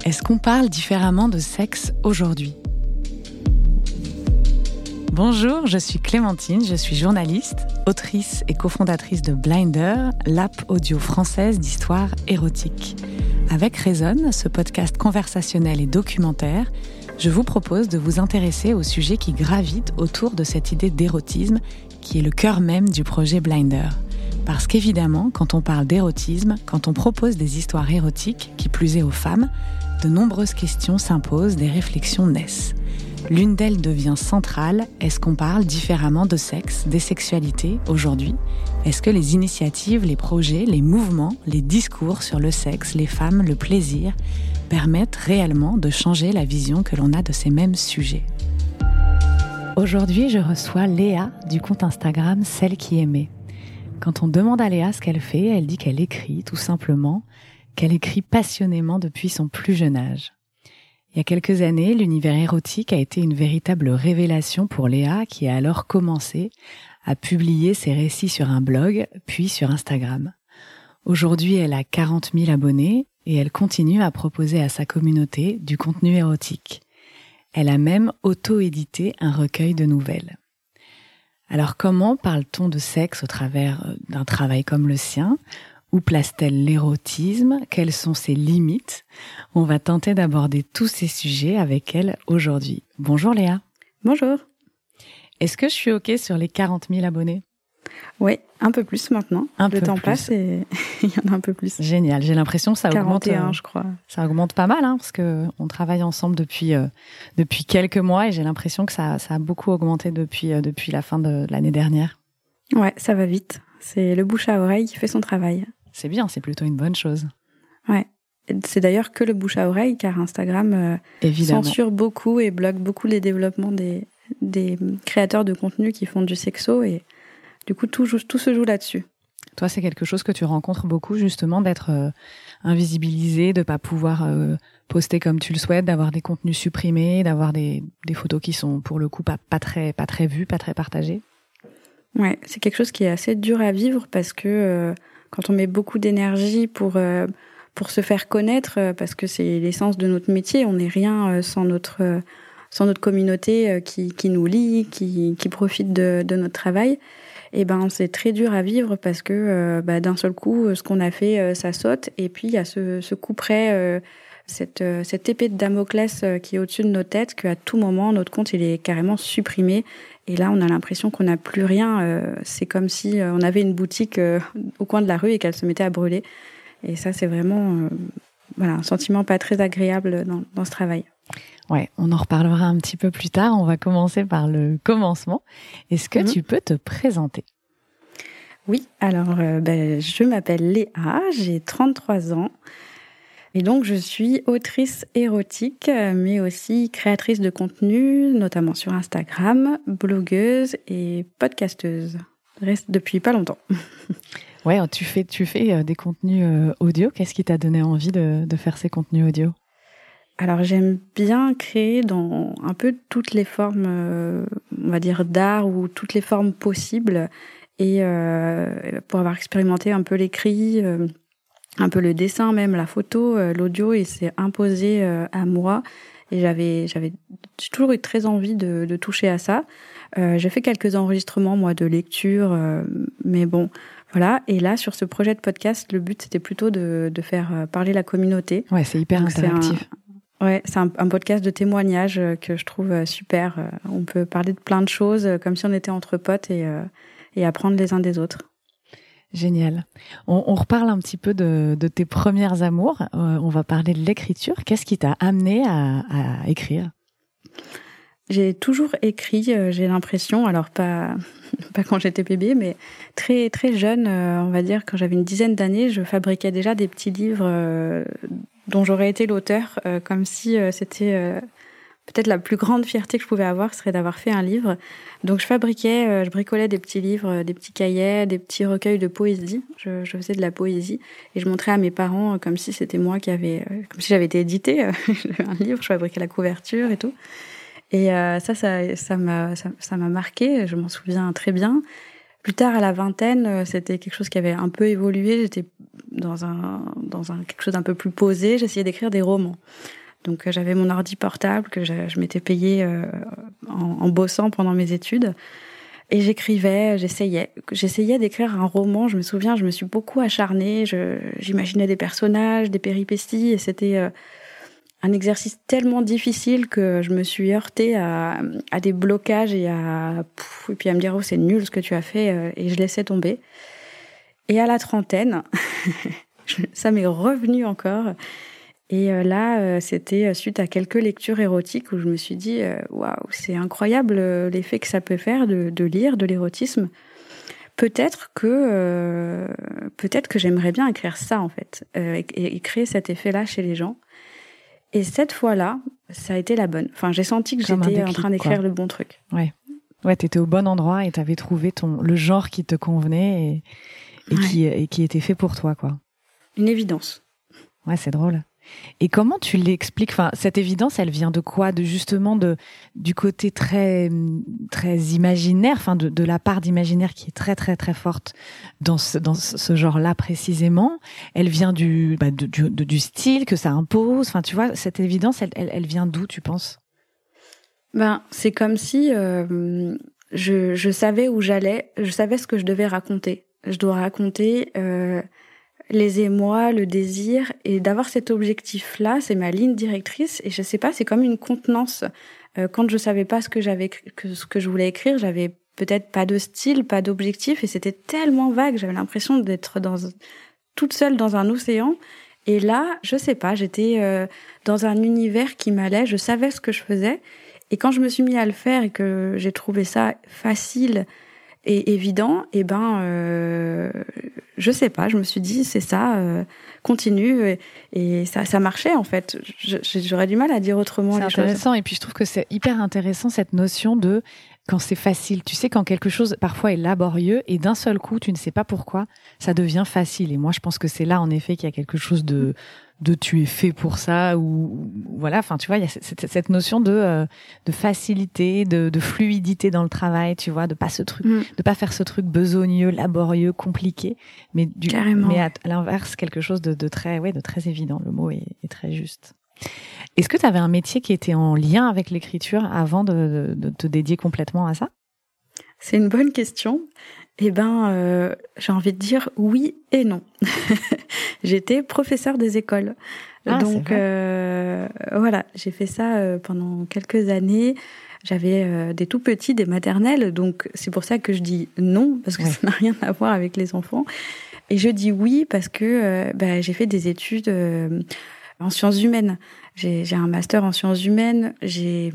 Est-ce qu'on parle différemment de sexe aujourd'hui ? Bonjour, je suis Clémentine, je suis journaliste, autrice et cofondatrice de Blinder, l'app audio française d'histoire érotique. Avec Raisonne, ce podcast conversationnel et documentaire, je vous propose de vous intéresser aux sujets qui gravitent autour de cette idée d'érotisme qui est le cœur même du projet Blinder. Parce qu'évidemment, quand on parle d'érotisme, quand on propose des histoires érotiques, qui plus est aux femmes, de nombreuses questions s'imposent, des réflexions naissent. L'une d'elles devient centrale, est-ce qu'on parle différemment de sexe, des sexualités aujourd'hui ? Est-ce que les initiatives, les projets, les mouvements, les discours sur le sexe, les femmes, le plaisir, permettent réellement de changer la vision que l'on a de ces mêmes sujets ? Aujourd'hui, je reçois Léa du compte Instagram Celle qui aimait. Quand on demande à Léa ce qu'elle fait, elle dit qu'elle écrit, tout simplement, qu'elle écrit passionnément depuis son plus jeune âge. Il y a quelques années, l'univers érotique a été une véritable révélation pour Léa, qui a alors commencé à publier ses récits sur un blog, puis sur Instagram. Aujourd'hui, elle a 40 000 abonnés et elle continue à proposer à sa communauté du contenu érotique. Elle a même auto-édité un recueil de nouvelles. Alors comment parle-t-on de sexe au travers d'un travail comme le sien ? Où place-t-elle l'érotisme ? Quelles sont ses limites ? On va tenter d'aborder tous ces sujets avec elle aujourd'hui. Bonjour Léa. Bonjour. Est-ce que je suis OK sur les 40 000 abonnés ? Oui, un peu plus maintenant. Le temps passe et il y en a un peu plus. Génial, j'ai l'impression que ça 41, augmente. Je crois. Ça augmente pas mal, parce qu'on travaille ensemble depuis quelques mois et j'ai l'impression que ça a beaucoup augmenté depuis la fin de l'année dernière. Ouais, ça va vite. C'est le bouche à oreille qui fait son travail. C'est bien, c'est plutôt une bonne chose. Ouais. C'est d'ailleurs que le bouche à oreille, car Instagram censure beaucoup et bloque beaucoup les développements des créateurs de contenu qui font du sexo et du coup, tout se joue là-dessus. Toi, c'est quelque chose que tu rencontres beaucoup, justement, d'être invisibilisé, de pas pouvoir poster comme tu le souhaites, d'avoir des contenus supprimés, d'avoir des photos qui sont, pour le coup, pas très vues, pas très partagées. Ouais, c'est quelque chose qui est assez dur à vivre parce que quand on met beaucoup d'énergie pour se faire connaître, parce que c'est l'essence de notre métier, on n'est rien sans notre communauté qui nous lit, qui profite de notre travail. Et c'est très dur à vivre parce que d'un seul coup, ce qu'on a fait, ça saute. Et puis il y a ce coup près, cette épée de Damoclès qui est au-dessus de nos têtes, qu'à tout moment notre compte il est carrément supprimé. Et là, on a l'impression qu'on n'a plus rien. C'est comme si on avait une boutique au coin de la rue et qu'elle se mettait à brûler. Et ça, c'est vraiment un sentiment pas très agréable dans ce travail. Ouais, on en reparlera un petit peu plus tard. On va commencer par le commencement. Est-ce que tu peux te présenter ? Oui, alors je m'appelle Léa, j'ai 33 ans. Et donc, je suis autrice érotique, mais aussi créatrice de contenu, notamment sur Instagram, blogueuse et podcasteuse. Reste depuis pas longtemps. Ouais, tu fais des contenus audio. Qu'est-ce qui t'a donné envie de faire ces contenus audio ? Alors, j'aime bien créer dans un peu toutes les formes, on va dire, d'art ou toutes les formes possibles. Et pour avoir expérimenté un peu l'écrit, un peu le dessin même, la photo, l'audio, et c'est imposé à moi. Et j'ai toujours eu très envie de toucher à ça. J'ai fait quelques enregistrements, moi, de lecture, mais bon, voilà. Et là, sur ce projet de podcast, le but, c'était plutôt de faire parler la communauté. Ouais, c'est hyper interactif. C'est un podcast de témoignages que je trouve super. On peut parler de plein de choses, comme si on était entre potes et apprendre les uns des autres. Génial. On reparle un petit peu de tes premières amours. On va parler de l'écriture. Qu'est-ce qui t'a amené à écrire ? J'ai toujours écrit, j'ai l'impression, alors pas quand j'étais bébé, mais très très jeune, on va dire, quand j'avais une dizaine d'années, je fabriquais déjà des petits livres dont j'aurais été l'auteur, comme si c'était peut-être la plus grande fierté que je pouvais avoir, serait d'avoir fait un livre. Donc je bricolais des petits livres, des petits cahiers, des petits recueils de poésie. Je faisais de la poésie et je montrais à mes parents comme si c'était moi comme si j'avais été édité un livre. Je fabriquais la couverture et tout. Et ça m'a marqué. Je m'en souviens très bien. Plus tard, à la vingtaine, c'était quelque chose qui avait un peu évolué. J'étais quelque chose d'un peu plus posé, j'essayais d'écrire des romans. Donc j'avais mon ordi portable que je m'étais payé en bossant pendant mes études. Et j'écrivais, j'essayais d'écrire un roman. Je me souviens, je me suis beaucoup acharnée. J'imaginais des personnages, des péripéties, et c'était un exercice tellement difficile que je me suis heurtée à des blocages et puis à me dire, oh, c'est nul ce que tu as fait, et je laissais tomber. Et à la trentaine, ça m'est revenu encore. Et là, c'était suite à quelques lectures érotiques où je me suis dit, waouh, c'est incroyable l'effet que ça peut faire de lire de l'érotisme. Peut-être que j'aimerais bien écrire ça, en fait, et créer cet effet-là chez les gens. Et cette fois-là, ça a été la bonne. Enfin, j'ai senti que j'étais en train d'écrire le bon truc. Ouais, t'étais au bon endroit et t'avais trouvé le genre qui te convenait et qui était fait pour toi, quoi. Une évidence. Ouais, c'est drôle. Et comment tu l'expliques? Enfin, cette évidence, elle vient de quoi? Du côté très, très imaginaire, enfin, de la part d'imaginaire qui est très, très, très forte dans ce genre-là précisément. Elle vient du style que ça impose. Enfin, tu vois, cette évidence, elle vient d'où, tu penses? C'est comme si je savais où j'allais, je savais ce que je devais raconter. Je dois raconter les émois, le désir, et d'avoir cet objectif-là, c'est ma ligne directrice. Et je sais pas, c'est comme une contenance. Quand je savais pas ce que je voulais écrire, j'avais peut-être pas de style, pas d'objectif, et c'était tellement vague. J'avais l'impression d'être toute seule dans un océan. Et là, je sais pas, j'étais dans un univers qui m'allait. Je savais ce que je faisais. Et quand je me suis mis à le faire et que j'ai trouvé ça facile et évident, je sais pas, je me suis dit c'est ça, continue, et ça marchait en fait. J'aurais du mal à dire autrement les choses. C'est intéressant, et puis je trouve que c'est hyper intéressant cette notion de quand c'est facile. Tu sais, quand quelque chose parfois est laborieux et d'un seul coup tu ne sais pas pourquoi ça devient facile. Et moi je pense que c'est là en effet qu'il y a quelque chose de tu es fait pour ça, ou voilà, enfin tu vois, il y a cette notion de facilité, de fluidité dans le travail, tu vois, de pas faire ce truc besogneux, laborieux, compliqué, mais à l'inverse quelque chose de très évident. Le mot est très juste. Est-ce que tu avais un métier qui était en lien avec l'écriture avant de te dédier complètement à ça? C'est une bonne question. J'ai envie de dire oui et non. J'étais professeure des écoles. Donc voilà, j'ai fait ça pendant quelques années. J'avais des tout petits, des maternelles, donc c'est pour ça que je dis non, parce que ça n'a rien à voir avec les enfants. Et je dis oui parce que j'ai fait des études en sciences humaines. J'ai un master en sciences humaines. J'ai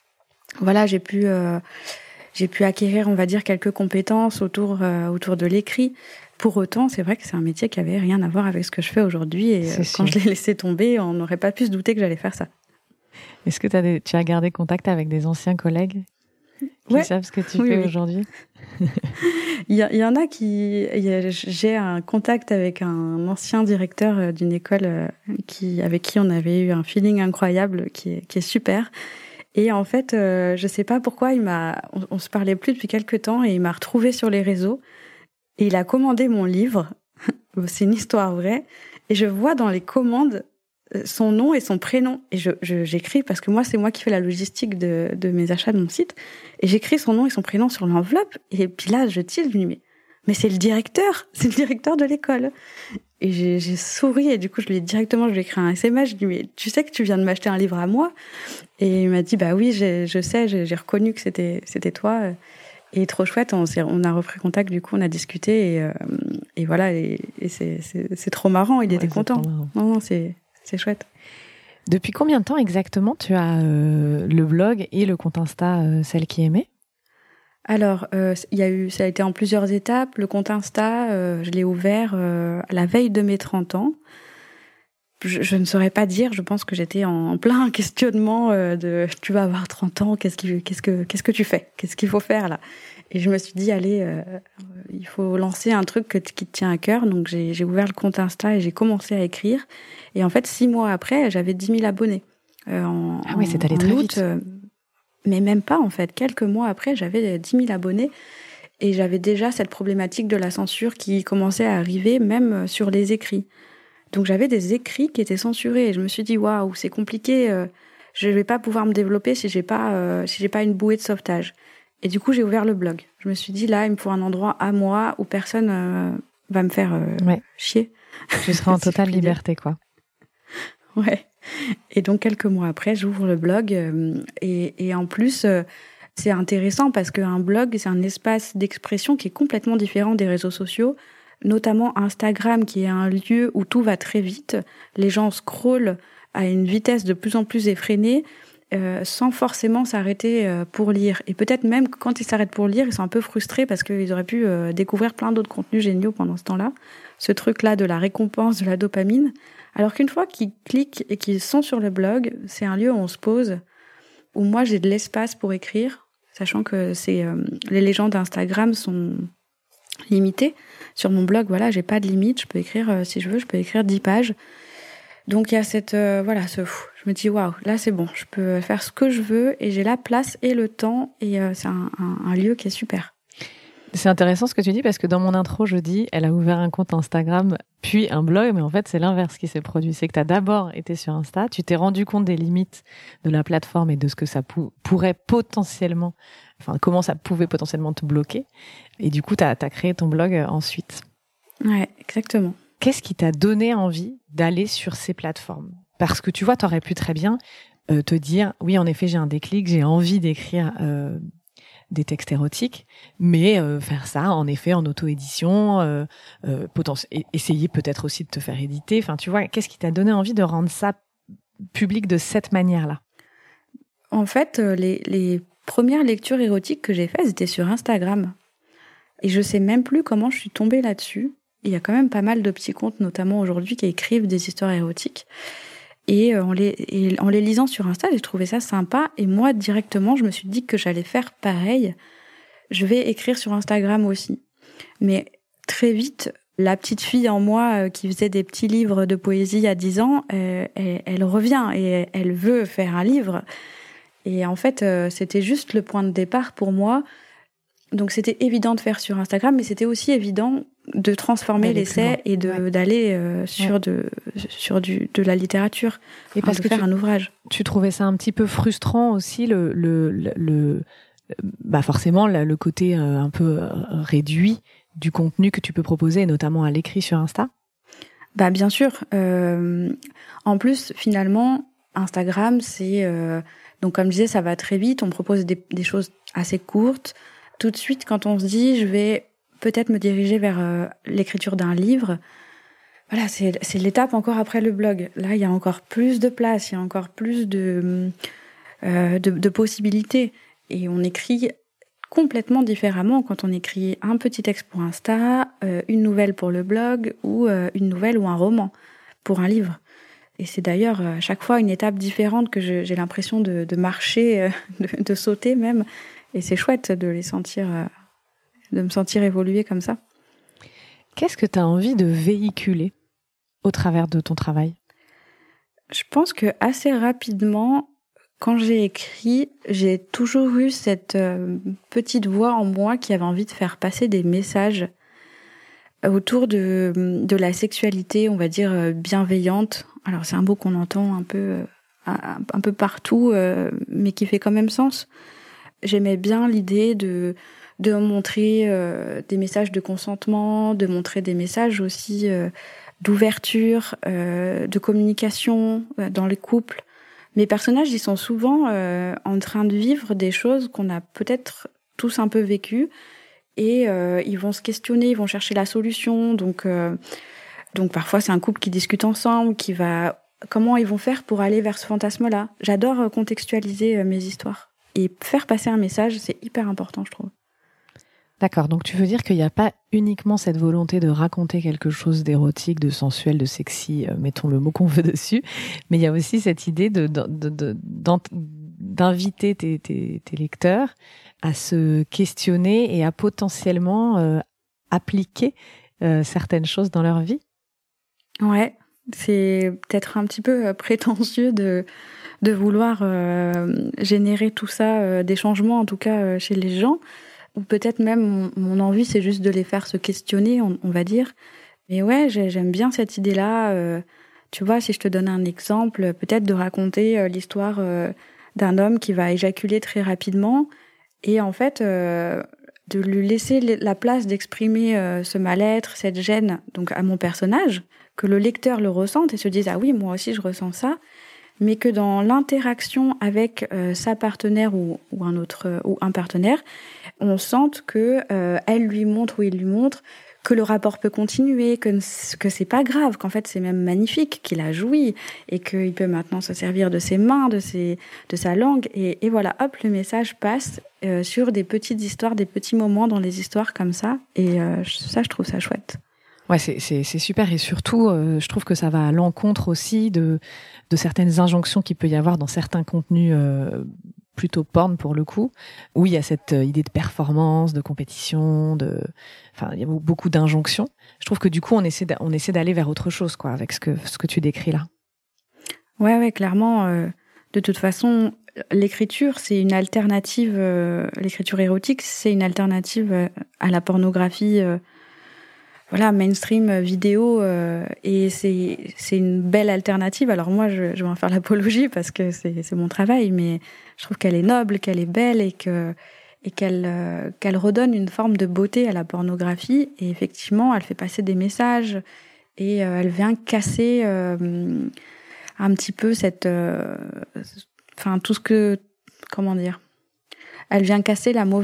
pu acquérir, on va dire, quelques compétences autour de l'écrit. Pour autant, c'est vrai que c'est un métier qui avait rien à voir avec ce que je fais aujourd'hui. Et quand je l'ai laissé tomber, on n'aurait pas pu se douter que j'allais faire ça. Est-ce que tu as gardé contact avec des anciens collègues qui savent ce que tu fais aujourd'hui? Il y en a j'ai un contact avec un ancien directeur d'une école avec qui on avait eu un feeling incroyable, qui est super. Et en fait, je sais pas pourquoi on se parlait plus depuis quelques temps, et il m'a retrouvée sur les réseaux. Et il a commandé mon livre. C'est une histoire vraie. Et je vois dans les commandes son nom et son prénom. Et j'écris, parce que moi, c'est moi qui fais la logistique de mes achats de mon site. Et j'écris son nom et son prénom sur l'enveloppe. Et puis là, je tilte, je me dis, mais c'est le directeur de l'école. Et j'ai souri, et du coup, je lui ai écrit un SMS. Je lui ai dit, mais tu sais que tu viens de m'acheter un livre à moi? Et il m'a dit, bah oui, je sais, j'ai reconnu que c'était toi. Et trop chouette, on a repris contact, du coup, on a discuté, et voilà, et c'est trop marrant, il était content. Non, c'est chouette. Depuis combien de temps exactement tu as le blog et le compte Insta Celle qui aimait? Alors, ça a été en plusieurs étapes. Le compte Insta, je l'ai ouvert à la veille de mes 30 ans. Je ne saurais pas dire, je pense que j'étais en plein questionnement de tu vas avoir 30 ans, qu'est-ce que tu fais? Qu'est-ce qu'il faut faire là? Et je me suis dit, allez, il faut lancer un truc qui te tient à cœur. Donc j'ai ouvert le compte Insta et j'ai commencé à écrire. Et en fait, 6 mois après, j'avais 10 000 abonnés. C'est allé très vite. Mais même pas, en fait. Quelques mois après, j'avais 10 000 abonnés. Et j'avais déjà cette problématique de la censure qui commençait à arriver, même sur les écrits. Donc j'avais des écrits qui étaient censurés. Et je me suis dit, waouh, c'est compliqué. Je vais pas pouvoir me développer si j'ai pas une bouée de sauvetage. Et du coup, j'ai ouvert le blog. Je me suis dit, là, il me faut un endroit à moi où personne va me faire chier. Tu seras en totale liberté, quoi. Ouais. Et donc, quelques mois après, j'ouvre le blog. Et en plus, c'est intéressant parce qu'un blog, c'est un espace d'expression qui est complètement différent des réseaux sociaux, notamment Instagram, qui est un lieu où tout va très vite. Les gens scrollent à une vitesse de plus en plus effrénée, sans forcément s'arrêter pour lire. Et peut-être même que quand ils s'arrêtent pour lire, ils sont un peu frustrés parce qu'ils auraient pu découvrir plein d'autres contenus géniaux pendant ce temps-là. Ce truc-là de la récompense, de la dopamine. Alors qu'une fois qu'ils cliquent et qu'ils sont sur le blog, c'est un lieu où on se pose, où moi j'ai de l'espace pour écrire, sachant que les légendes d'Instagram sont limitées. Sur mon blog, voilà, j'ai pas de limite, je peux écrire, si je veux, je peux écrire 10 pages. Donc il y a je me dis waouh, là c'est bon, je peux faire ce que je veux et j'ai la place et le temps et c'est un lieu qui est super. C'est intéressant ce que tu dis parce que dans mon intro, je dis elle a ouvert un compte Instagram puis un blog, mais en fait c'est l'inverse qui s'est produit. C'est que tu as d'abord été sur Insta, tu t'es rendu compte des limites de la plateforme et de ce que ça pourrait potentiellement, comment ça pouvait potentiellement te bloquer. Et du coup, tu as créé ton blog ensuite. Ouais, exactement. Qu'est-ce qui t'a donné envie d'aller sur ces plateformes ? Parce que tu vois, tu aurais pu très bien te dire, oui, en effet, j'ai un déclic, j'ai envie d'écrire des textes érotiques, mais faire ça, en effet, en auto-édition, essayer peut-être aussi de te faire éditer. Enfin, tu vois, qu'est-ce qui t'a donné envie de rendre ça public de cette manière-là ? En fait, les premières lectures érotiques que j'ai faites, étaient sur Instagram. Et je sais même plus comment je suis tombée là-dessus. Il y a quand même pas mal de petits comptes, notamment aujourd'hui, qui écrivent des histoires érotiques. Et en les lisant sur Insta, j'ai trouvé ça sympa. Et moi, directement, je me suis dit que j'allais faire pareil. Je vais écrire sur Instagram aussi. Mais très vite, la petite fille en moi qui faisait des petits livres de poésie à 10 ans, elle revient et elle veut faire un livre. Et en fait, c'était juste le point de départ pour moi. Donc c'était évident de faire sur Instagram, mais c'était aussi évident de transformer l'essai et d'aller sur de la littérature et parce que faire un ouvrage. Tu trouvais ça un petit peu frustrant aussi forcément le côté un peu réduit du contenu que tu peux proposer, notamment à l'écrit sur Insta. Bien sûr. En plus, finalement, Instagram, c'est donc comme je disais, ça va très vite. On propose des choses assez courtes. Tout de suite, quand on se dit, je vais peut-être me diriger vers l'écriture d'un livre, voilà, c'est l'étape encore après le blog. Là, il y a encore plus de place, il y a encore plus de possibilités. Et on écrit complètement différemment quand on écrit un petit texte pour Insta, une nouvelle pour le blog, ou une nouvelle ou un roman pour un livre. Et c'est d'ailleurs à chaque fois une étape différente que j'ai l'impression de marcher, de sauter même. Et c'est chouette de me sentir évoluer comme ça. Qu'est-ce que tu as envie de véhiculer au travers de ton travail ? Je pense que assez rapidement, quand j'ai écrit, j'ai toujours eu cette petite voix en moi qui avait envie de faire passer des messages autour de la sexualité, on va dire bienveillante. Alors c'est un mot qu'on entend un peu partout, mais qui fait quand même sens. J'aimais bien l'idée de montrer des messages de consentement, de montrer des messages aussi d'ouverture, de communication dans les couples. Mes personnages, ils sont souvent en train de vivre des choses qu'on a peut-être tous un peu vécues et ils vont se questionner, ils vont chercher la solution. Donc parfois, c'est un couple qui discute ensemble, comment ils vont faire pour aller vers ce fantasme-là. J'adore contextualiser mes histoires. Et faire passer un message, c'est hyper important, je trouve. D'accord, donc tu veux dire qu'il n'y a pas uniquement cette volonté de raconter quelque chose d'érotique, de sensuel, de sexy, mettons le mot qu'on veut dessus, mais il y a aussi cette idée d'inviter tes lecteurs à se questionner et à potentiellement appliquer certaines choses dans leur vie. Ouais, c'est peut-être un petit peu prétentieux de vouloir générer tout ça, des changements en tout cas chez les gens. ou peut-être même mon envie, c'est juste de les faire se questionner, on va dire. Mais ouais, j'aime bien cette idée-là. Tu vois, si je te donne un exemple, peut-être de raconter l'histoire d'un homme qui va éjaculer très rapidement et en fait de lui laisser la place d'exprimer ce mal-être, cette gêne, donc à mon personnage, que le lecteur le ressente et se dise « Ah oui, moi aussi je ressens ça », mais que dans l'interaction avec sa partenaire ou un autre ou un partenaire, on sente que elle lui montre ou il lui montre que le rapport peut continuer, que c'est pas grave, qu'en fait c'est même magnifique, qu'il a joui et qu'il peut maintenant se servir de ses mains, de sa langue et voilà, hop, le message passe sur des petites histoires, des petits moments dans les histoires comme ça et ça, je trouve ça chouette. Ouais, c'est super et surtout, je trouve que ça va à l'encontre aussi de certaines injonctions qu'il peut y avoir dans certains contenus plutôt porn pour le coup, où il y a cette idée de performance, de compétition, il y a beaucoup d'injonctions. Je trouve que du coup, on essaie d'aller vers autre chose, quoi, avec ce que tu décris là. Ouais, clairement. De toute façon, l'écriture, c'est une alternative. L'écriture érotique, c'est une alternative à la pornographie. Mainstream vidéo et c'est une belle alternative. Alors moi, je vais en faire l'apologie parce que c'est mon travail, mais je trouve qu'elle est noble, qu'elle est belle et qu'elle redonne une forme de beauté à la pornographie. Et effectivement, elle fait passer des messages et elle vient casser un petit peu tout ce que, comment dire. Elle vient casser le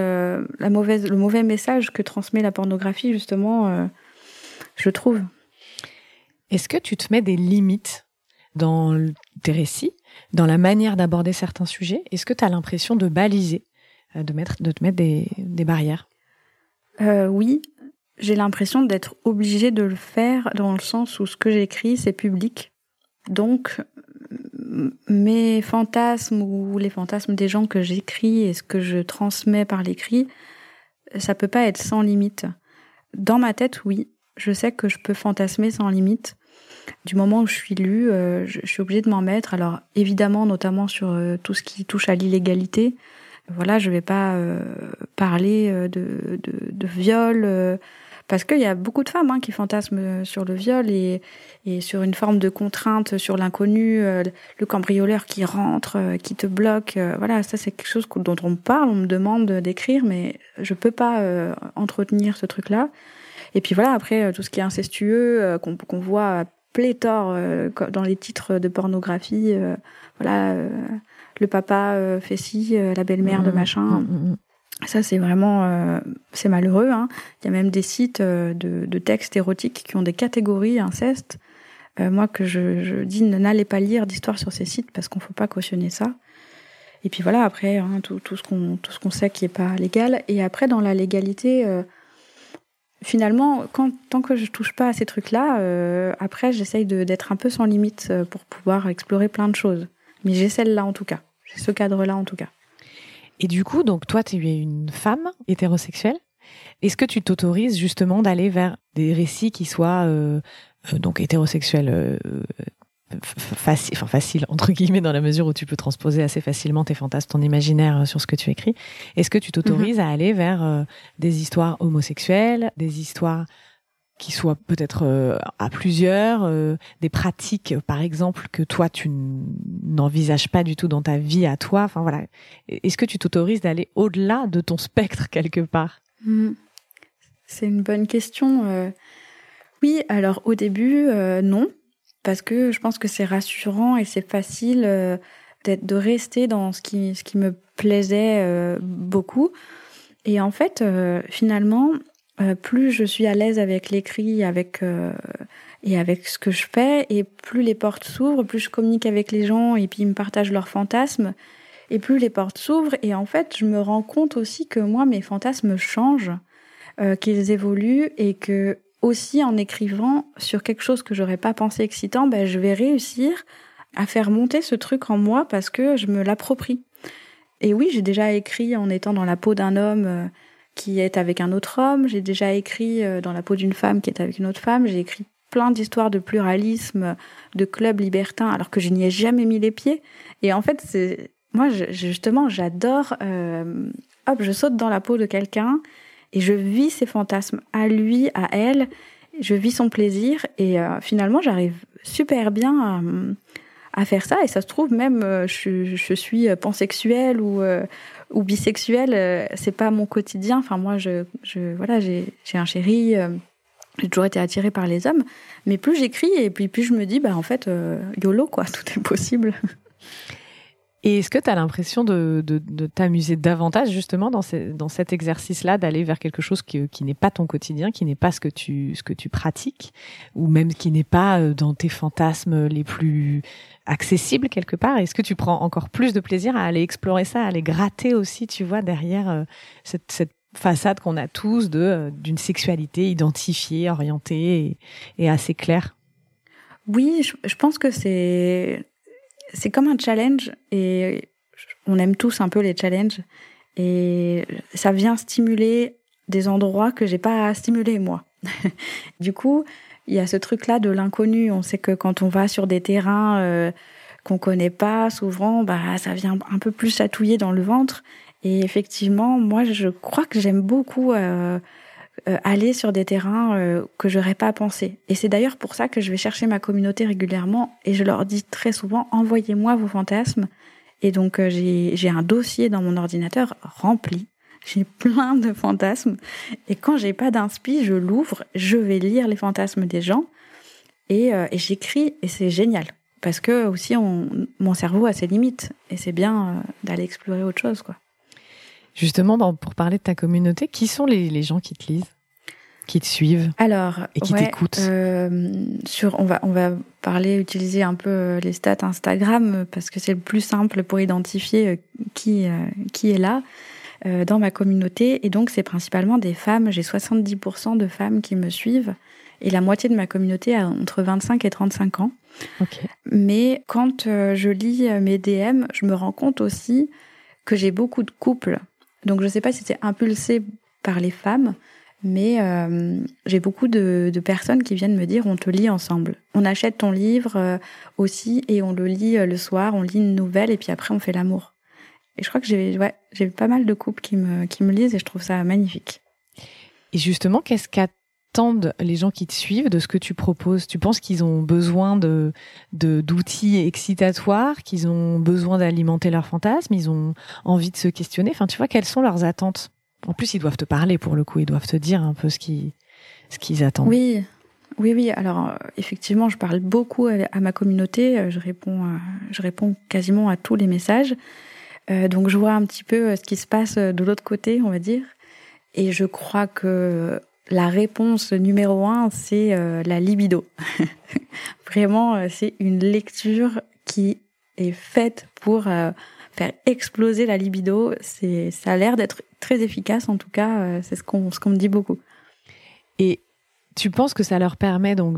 mauvais message que transmet la pornographie, justement, je trouve. Est-ce que tu te mets des limites dans tes récits, dans la manière d'aborder certains sujets? Est-ce que tu as l'impression de baliser, de te mettre des barrières? Oui, j'ai l'impression d'être obligée de le faire dans le sens où ce que j'écris, c'est public. Donc, mes fantasmes ou les fantasmes des gens que j'écris et ce que je transmets par l'écrit, ça peut pas être sans limite. Dans ma tête, oui, je sais que je peux fantasmer sans limite. Du moment où je suis lue, je suis obligée de m'en mettre. Alors évidemment, notamment sur tout ce qui touche à l'illégalité. Voilà, je vais pas parler de viol. Parce qu'il y a beaucoup de femmes qui fantasment sur le viol et sur une forme de contrainte sur l'inconnu, le cambrioleur qui rentre, qui te bloque. Voilà, ça c'est quelque chose dont on me parle, on me demande d'écrire, mais je peux pas entretenir ce truc-là. Et puis voilà, après, tout ce qui est incestueux, qu'on voit à pléthore dans les titres de pornographie, le papa fait ci, la belle-mère de machin... Ça, c'est vraiment... c'est malheureux. Il y a même des sites de textes érotiques qui ont des catégories inceste. Moi, que je dis, n'allez pas lire d'histoires sur ces sites parce qu'on ne faut pas cautionner ça. Et puis voilà, après, tout ce qu'on sait qui n'est pas légal. Et après, dans la légalité, finalement, tant que je ne touche pas à ces trucs-là, après, j'essaye d'être un peu sans limite pour pouvoir explorer plein de choses. Mais j'ai celle-là, en tout cas. J'ai ce cadre-là, en tout cas. Et du coup, donc toi, tu es une femme hétérosexuelle. Est-ce que tu t'autorises justement d'aller vers des récits qui soient donc hétérosexuels faciles entre guillemets dans la mesure où tu peux transposer assez facilement tes fantasmes, ton imaginaire sur ce que tu écris? Est-ce que tu t'autorises à aller vers des histoires homosexuelles, des histoires qui soient peut-être à plusieurs, des pratiques, par exemple, que toi, tu n'envisages pas du tout dans ta vie à toi. Enfin, voilà. Est-ce que tu t'autorises d'aller au-delà de ton spectre, quelque part? C'est une bonne question. Oui, alors au début, non. Parce que je pense que c'est rassurant et c'est facile de rester dans ce qui me plaisait beaucoup. Et en fait, finalement... plus je suis à l'aise avec l'écrit et avec ce que je fais, et plus les portes s'ouvrent, plus je communique avec les gens et puis ils me partagent leurs fantasmes, et plus les portes s'ouvrent. Et en fait, je me rends compte aussi que moi, mes fantasmes changent, qu'ils évoluent, et que aussi en écrivant sur quelque chose que j'aurais pas pensé excitant, je vais réussir à faire monter ce truc en moi parce que je me l'approprie. Et oui, j'ai déjà écrit en étant dans la peau d'un homme qui est avec un autre homme. J'ai déjà écrit dans la peau d'une femme qui est avec une autre femme. J'ai écrit plein d'histoires de pluralisme, de clubs libertins, alors que je n'y ai jamais mis les pieds. Et en fait, moi, justement, j'adore hop, je saute dans la peau de quelqu'un et je vis ses fantasmes à lui, à elle. Je vis son plaisir et finalement, j'arrive super bien à faire ça. Et ça se trouve, même, je suis pansexuelle ou bisexuelle. C'est pas mon quotidien. Enfin, moi, voilà, j'ai un chéri. J'ai toujours été attirée par les hommes. Mais plus j'écris et puis plus je me dis, en fait, YOLO, quoi, tout est possible. Et est-ce que tu as l'impression de t'amuser davantage justement dans cet exercice-là, d'aller vers quelque chose qui n'est pas ton quotidien, qui n'est pas ce que tu pratiques, ou même qui n'est pas dans tes fantasmes les plus accessibles quelque part? Est-ce que tu prends encore plus de plaisir à aller explorer ça, à aller gratter aussi, tu vois, derrière cette façade qu'on a tous d'une sexualité identifiée, orientée et assez claire? Oui, je pense que c'est comme un challenge et on aime tous un peu les challenges et ça vient stimuler des endroits que j'ai pas stimulés moi. Du coup, il y a ce truc-là de l'inconnu. On sait que quand on va sur des terrains qu'on connaît pas, souvent, ça vient un peu plus chatouiller dans le ventre. Et effectivement, moi, je crois que j'aime beaucoup aller sur des terrains que j'aurais pas pensé. Et c'est d'ailleurs pour ça que je vais chercher ma communauté régulièrement et je leur dis très souvent, envoyez-moi vos fantasmes. Et donc, j'ai un dossier dans mon ordinateur rempli. J'ai plein de fantasmes. Et quand j'ai pas d'inspi, je l'ouvre, je vais lire les fantasmes des gens et j'écris et c'est génial. Parce que aussi, mon cerveau a ses limites et c'est bien d'aller explorer autre chose, quoi. Justement, pour parler de ta communauté, qui sont les gens qui te lisent, qui te suivent et qui t'écoutent? On va utiliser un peu les stats Instagram parce que c'est le plus simple pour identifier qui est là dans ma communauté. Et donc, c'est principalement des femmes. J'ai 70% de femmes qui me suivent et la moitié de ma communauté a entre 25 et 35 ans. Okay. Mais quand je lis mes DM, je me rends compte aussi que j'ai beaucoup de couples. Donc, je ne sais pas si c'est impulsé par les femmes, mais j'ai beaucoup de personnes qui viennent me dire « on te lit ensemble ». On achète ton livre aussi et on le lit le soir, on lit une nouvelle et puis après on fait l'amour. Et je crois que j'ai pas mal de couples qui me lisent et je trouve ça magnifique. Et justement, qu'est-ce qu'attendent les gens qui te suivent de ce que tu proposes? Tu penses qu'ils ont besoin d'outils excitatoires, qu'ils ont besoin d'alimenter leurs fantasmes, ils ont envie de se questionner? Enfin, tu vois, quelles sont leurs attentes? En plus, ils doivent te parler pour le coup, ils doivent te dire un peu ce qu'ils attendent. Oui. Alors, effectivement, je parle beaucoup à ma communauté. Je réponds quasiment à tous les messages. Donc, je vois un petit peu ce qui se passe de l'autre côté, on va dire. Et je crois que la réponse numéro 1, c'est la libido. Vraiment, c'est une lecture qui est faite pour faire exploser la libido. Ça a l'air d'être très efficace, en tout cas, c'est ce qu'on me dit beaucoup. Et tu penses que ça leur permet donc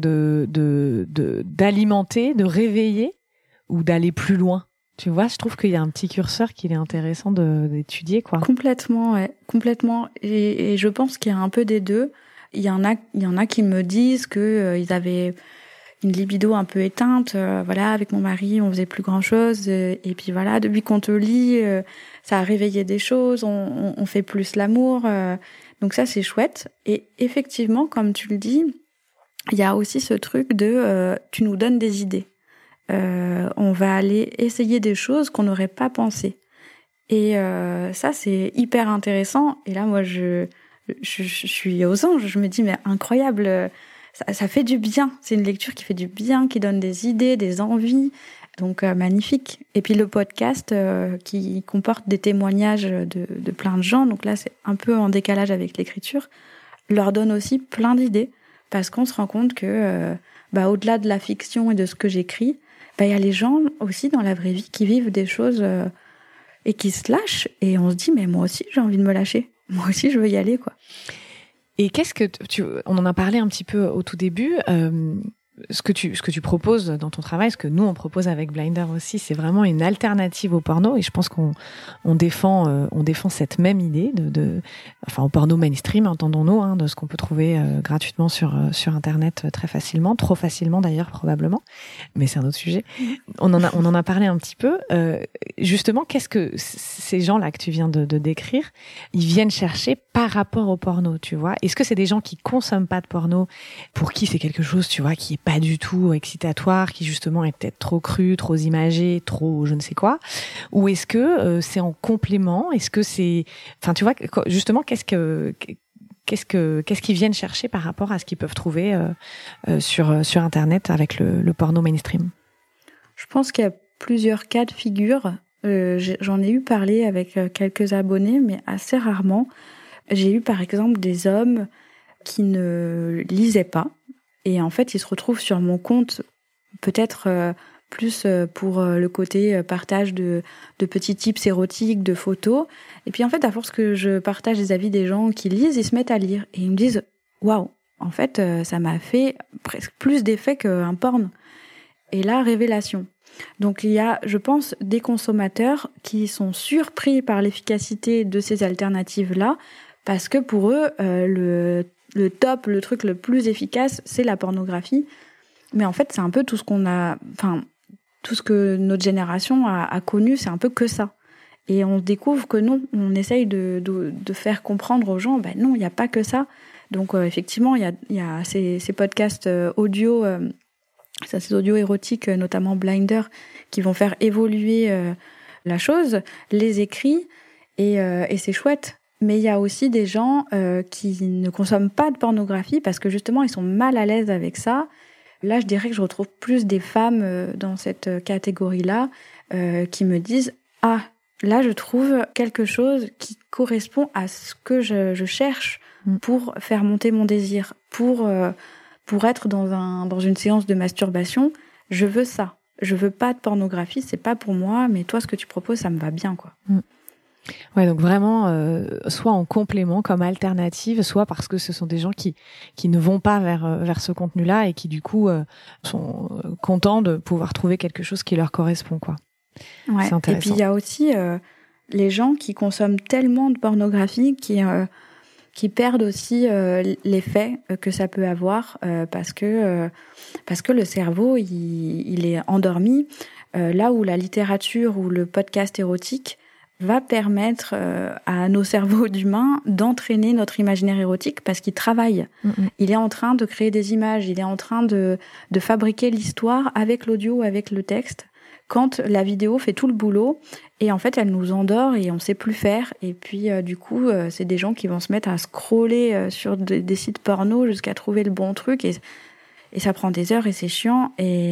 d'alimenter, de réveiller ou d'aller plus loin? Tu vois, je trouve qu'il y a un petit curseur qu'il est intéressant d'étudier, quoi. Complètement, ouais, complètement. Et je pense qu'il y a un peu des deux. Il y en a qui me disent que ils avaient une libido un peu éteinte. Voilà, avec mon mari, on faisait plus grand chose. Et puis voilà, depuis qu'on te lit, ça a réveillé des choses. On fait plus l'amour. Donc ça, c'est chouette. Et effectivement, comme tu le dis, il y a aussi ce truc de tu nous donnes des idées. On va aller essayer des choses qu'on n'aurait pas pensé. Et ça, c'est hyper intéressant. Et là, moi, je suis aux anges. Je me dis, mais incroyable, ça fait du bien. C'est une lecture qui fait du bien, qui donne des idées, des envies. Donc, magnifique. Et puis, le podcast qui comporte des témoignages de plein de gens. Donc là, c'est un peu en décalage avec l'écriture. Leur donne aussi plein d'idées. Parce qu'on se rend compte que, au-delà de la fiction et de ce que j'écris, il y a les gens aussi dans la vraie vie qui vivent des choses et qui se lâchent. Et on se dit, mais moi aussi, j'ai envie de me lâcher. Moi aussi, je veux y aller, quoi. Et qu'est-ce que on en a parlé un petit peu au tout début. ce que tu proposes dans ton travail, ce que nous on propose avec Blinder aussi, c'est vraiment une alternative au porno, et je pense qu'on défend cette même idée enfin au porno mainstream, entendons-nous, hein, de ce qu'on peut trouver gratuitement sur internet très facilement, trop facilement d'ailleurs probablement, mais c'est un autre sujet. On en a parlé un petit peu. Justement, qu'est-ce que ces gens-là que tu viens de décrire, ils viennent chercher par rapport au porno, tu vois? Est-ce que c'est des gens qui consomment pas de porno, pour qui c'est quelque chose, tu vois, qui est pas du tout excitatoire, qui justement est peut-être trop cru, trop imagé, trop je ne sais quoi, ou est-ce que c'est en complément, est-ce que c'est, enfin tu vois, justement qu'est-ce qu'ils viennent chercher par rapport à ce qu'ils peuvent trouver sur internet avec le porno mainstream? Je pense qu'il y a plusieurs cas de figure. J'en ai eu parlé avec quelques abonnés, mais assez rarement. J'ai eu par exemple des hommes qui ne lisaient pas, et en fait ils se retrouvent sur mon compte peut-être plus pour le côté partage de petits tips érotiques, de photos, et puis en fait à force que je partage les avis des gens qui lisent, ils se mettent à lire et ils me disent waouh, en fait ça m'a fait presque plus d'effet qu'un porn. Et là, révélation. Donc il y a, je pense, des consommateurs qui sont surpris par l'efficacité de ces alternatives-là, parce que pour eux, le top, le truc le plus efficace, c'est la pornographie. Mais en fait, c'est un peu tout ce qu'on a, enfin, tout ce que notre génération a connu, c'est un peu que ça. Et on découvre que non, on essaye de faire comprendre aux gens, ben non, il n'y a pas que ça. Donc effectivement, il y a ces podcasts audio, ces audio érotiques, notamment Blinder, qui vont faire évoluer la chose, les écrits, et c'est chouette. Mais il y a aussi des gens qui ne consomment pas de pornographie parce que justement, ils sont mal à l'aise avec ça. Là, je dirais que je retrouve plus des femmes dans cette catégorie-là qui me disent « Ah, là, je trouve quelque chose qui correspond à ce que je cherche pour faire monter mon désir, pour être dans une séance de masturbation. Je veux ça. Je veux pas de pornographie, c'est pas pour moi, mais toi, ce que tu proposes, ça me va bien, quoi. » Ouais, donc vraiment, soit en complément comme alternative, soit parce que ce sont des gens qui ne vont pas vers ce contenu-là et qui du coup sont contents de pouvoir trouver quelque chose qui leur correspond, quoi. Ouais. C'est intéressant. Et puis il y a aussi les gens qui consomment tellement de pornographie qui perdent aussi l'effet que ça peut avoir parce que le cerveau il est endormi, là où la littérature ou le podcast érotique va permettre à nos cerveaux d'humains d'entraîner notre imaginaire érotique parce qu'il travaille. Il est en train de créer des images, il est en train de fabriquer l'histoire avec l'audio, avec le texte, quand la vidéo fait tout le boulot, et en fait elle nous endort et on sait plus faire, et puis du coup c'est des gens qui vont se mettre à scroller sur des sites porno jusqu'à trouver le bon truc, et ça prend des heures et c'est chiant,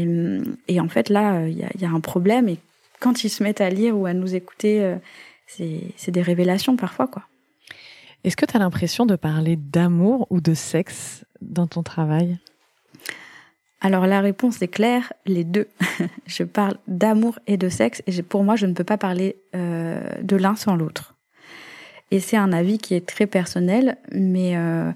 et en fait là il y a un problème, et quand ils se mettent à lire ou à nous écouter, c'est des révélations parfois, quoi. Est-ce que tu as l'impression de parler d'amour ou de sexe dans ton travail ? Alors la réponse est claire, les deux. Je parle d'amour et de sexe, et pour moi je ne peux pas parler de l'un sans l'autre. Et c'est un avis qui est très personnel, mais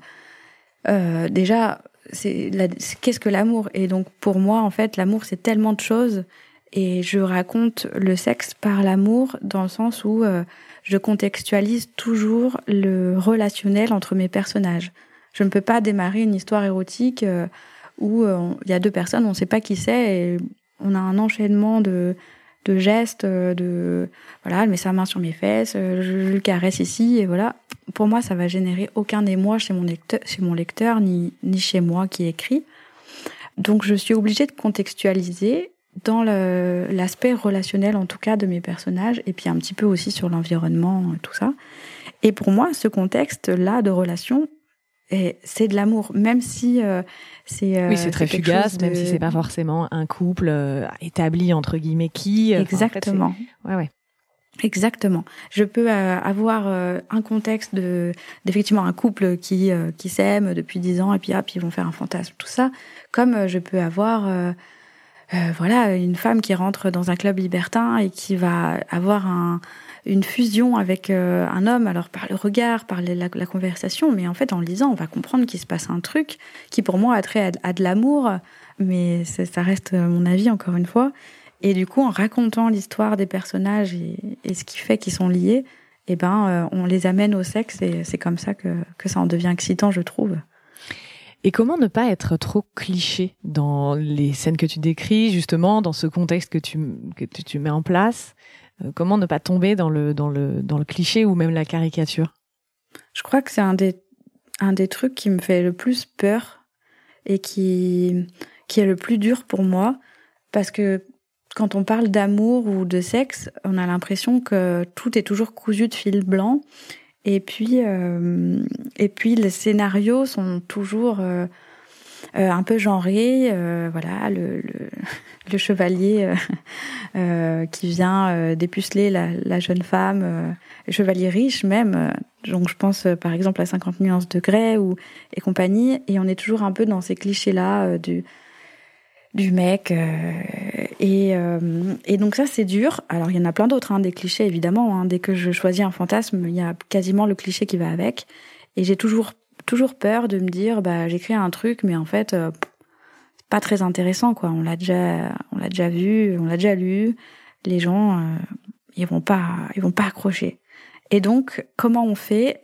déjà, qu'est-ce que l'amour ? Et donc pour moi, en fait, l'amour c'est tellement de choses. Et je raconte le sexe par l'amour dans le sens où je contextualise toujours le relationnel entre mes personnages. Je ne peux pas démarrer une histoire érotique où il y a deux personnes, on ne sait pas qui c'est, et on a un enchaînement de gestes, voilà, elle met sa main sur mes fesses, je le caresse ici, et voilà. Pour moi, ça va générer aucun émoi chez mon lecteur, ni chez moi qui écris. Donc je suis obligée de contextualiser dans l'aspect relationnel, en tout cas, de mes personnages, et puis un petit peu aussi sur l'environnement, tout ça. Et pour moi, ce contexte-là de relation, c'est de l'amour, même si c'est... oui, c'est très fugace, même si c'est pas forcément un couple établi, entre guillemets, qui... Exactement. En fait, ouais. Exactement. Je peux avoir un contexte d'effectivement un couple qui s'aime depuis 10 ans, et puis hop, ils vont faire un fantasme, tout ça. Comme je peux avoir... voilà, une femme qui rentre dans un club libertin et qui va avoir une fusion avec un homme, alors par le regard, par la conversation, mais en fait, en lisant, on va comprendre qu'il se passe un truc qui, pour moi, a trait à de l'amour, mais ça reste mon avis, encore une fois. Et du coup, en racontant l'histoire des personnages et ce qui fait qu'ils sont liés, on les amène au sexe, et c'est comme ça que ça en devient excitant, je trouve. Et comment ne pas être trop cliché dans les scènes que tu décris, justement, dans ce contexte que tu mets en place? Comment ne pas tomber dans le cliché ou même la caricature? Je crois que c'est un des trucs qui me fait le plus peur et qui est le plus dur pour moi, parce que quand on parle d'amour ou de sexe, on a l'impression que tout est toujours cousu de fil blanc. Et puis les scénarios sont toujours un peu genrés. Voilà, le chevalier qui vient dépuceler la jeune femme, le chevalier riche même. Donc je pense par exemple à 50 nuances de Grey et compagnie. Et on est toujours un peu dans ces clichés-là du mec. Et donc ça, c'est dur. Alors, il y en a plein d'autres, des clichés, évidemment. Dès que je choisis un fantasme, il y a quasiment le cliché qui va avec. Et j'ai toujours peur de me dire, j'écris un truc, mais en fait, c'est pas très intéressant, quoi. On l'a déjà vu, on l'a déjà lu. Les gens, ils vont pas accrocher. Et donc, comment on fait?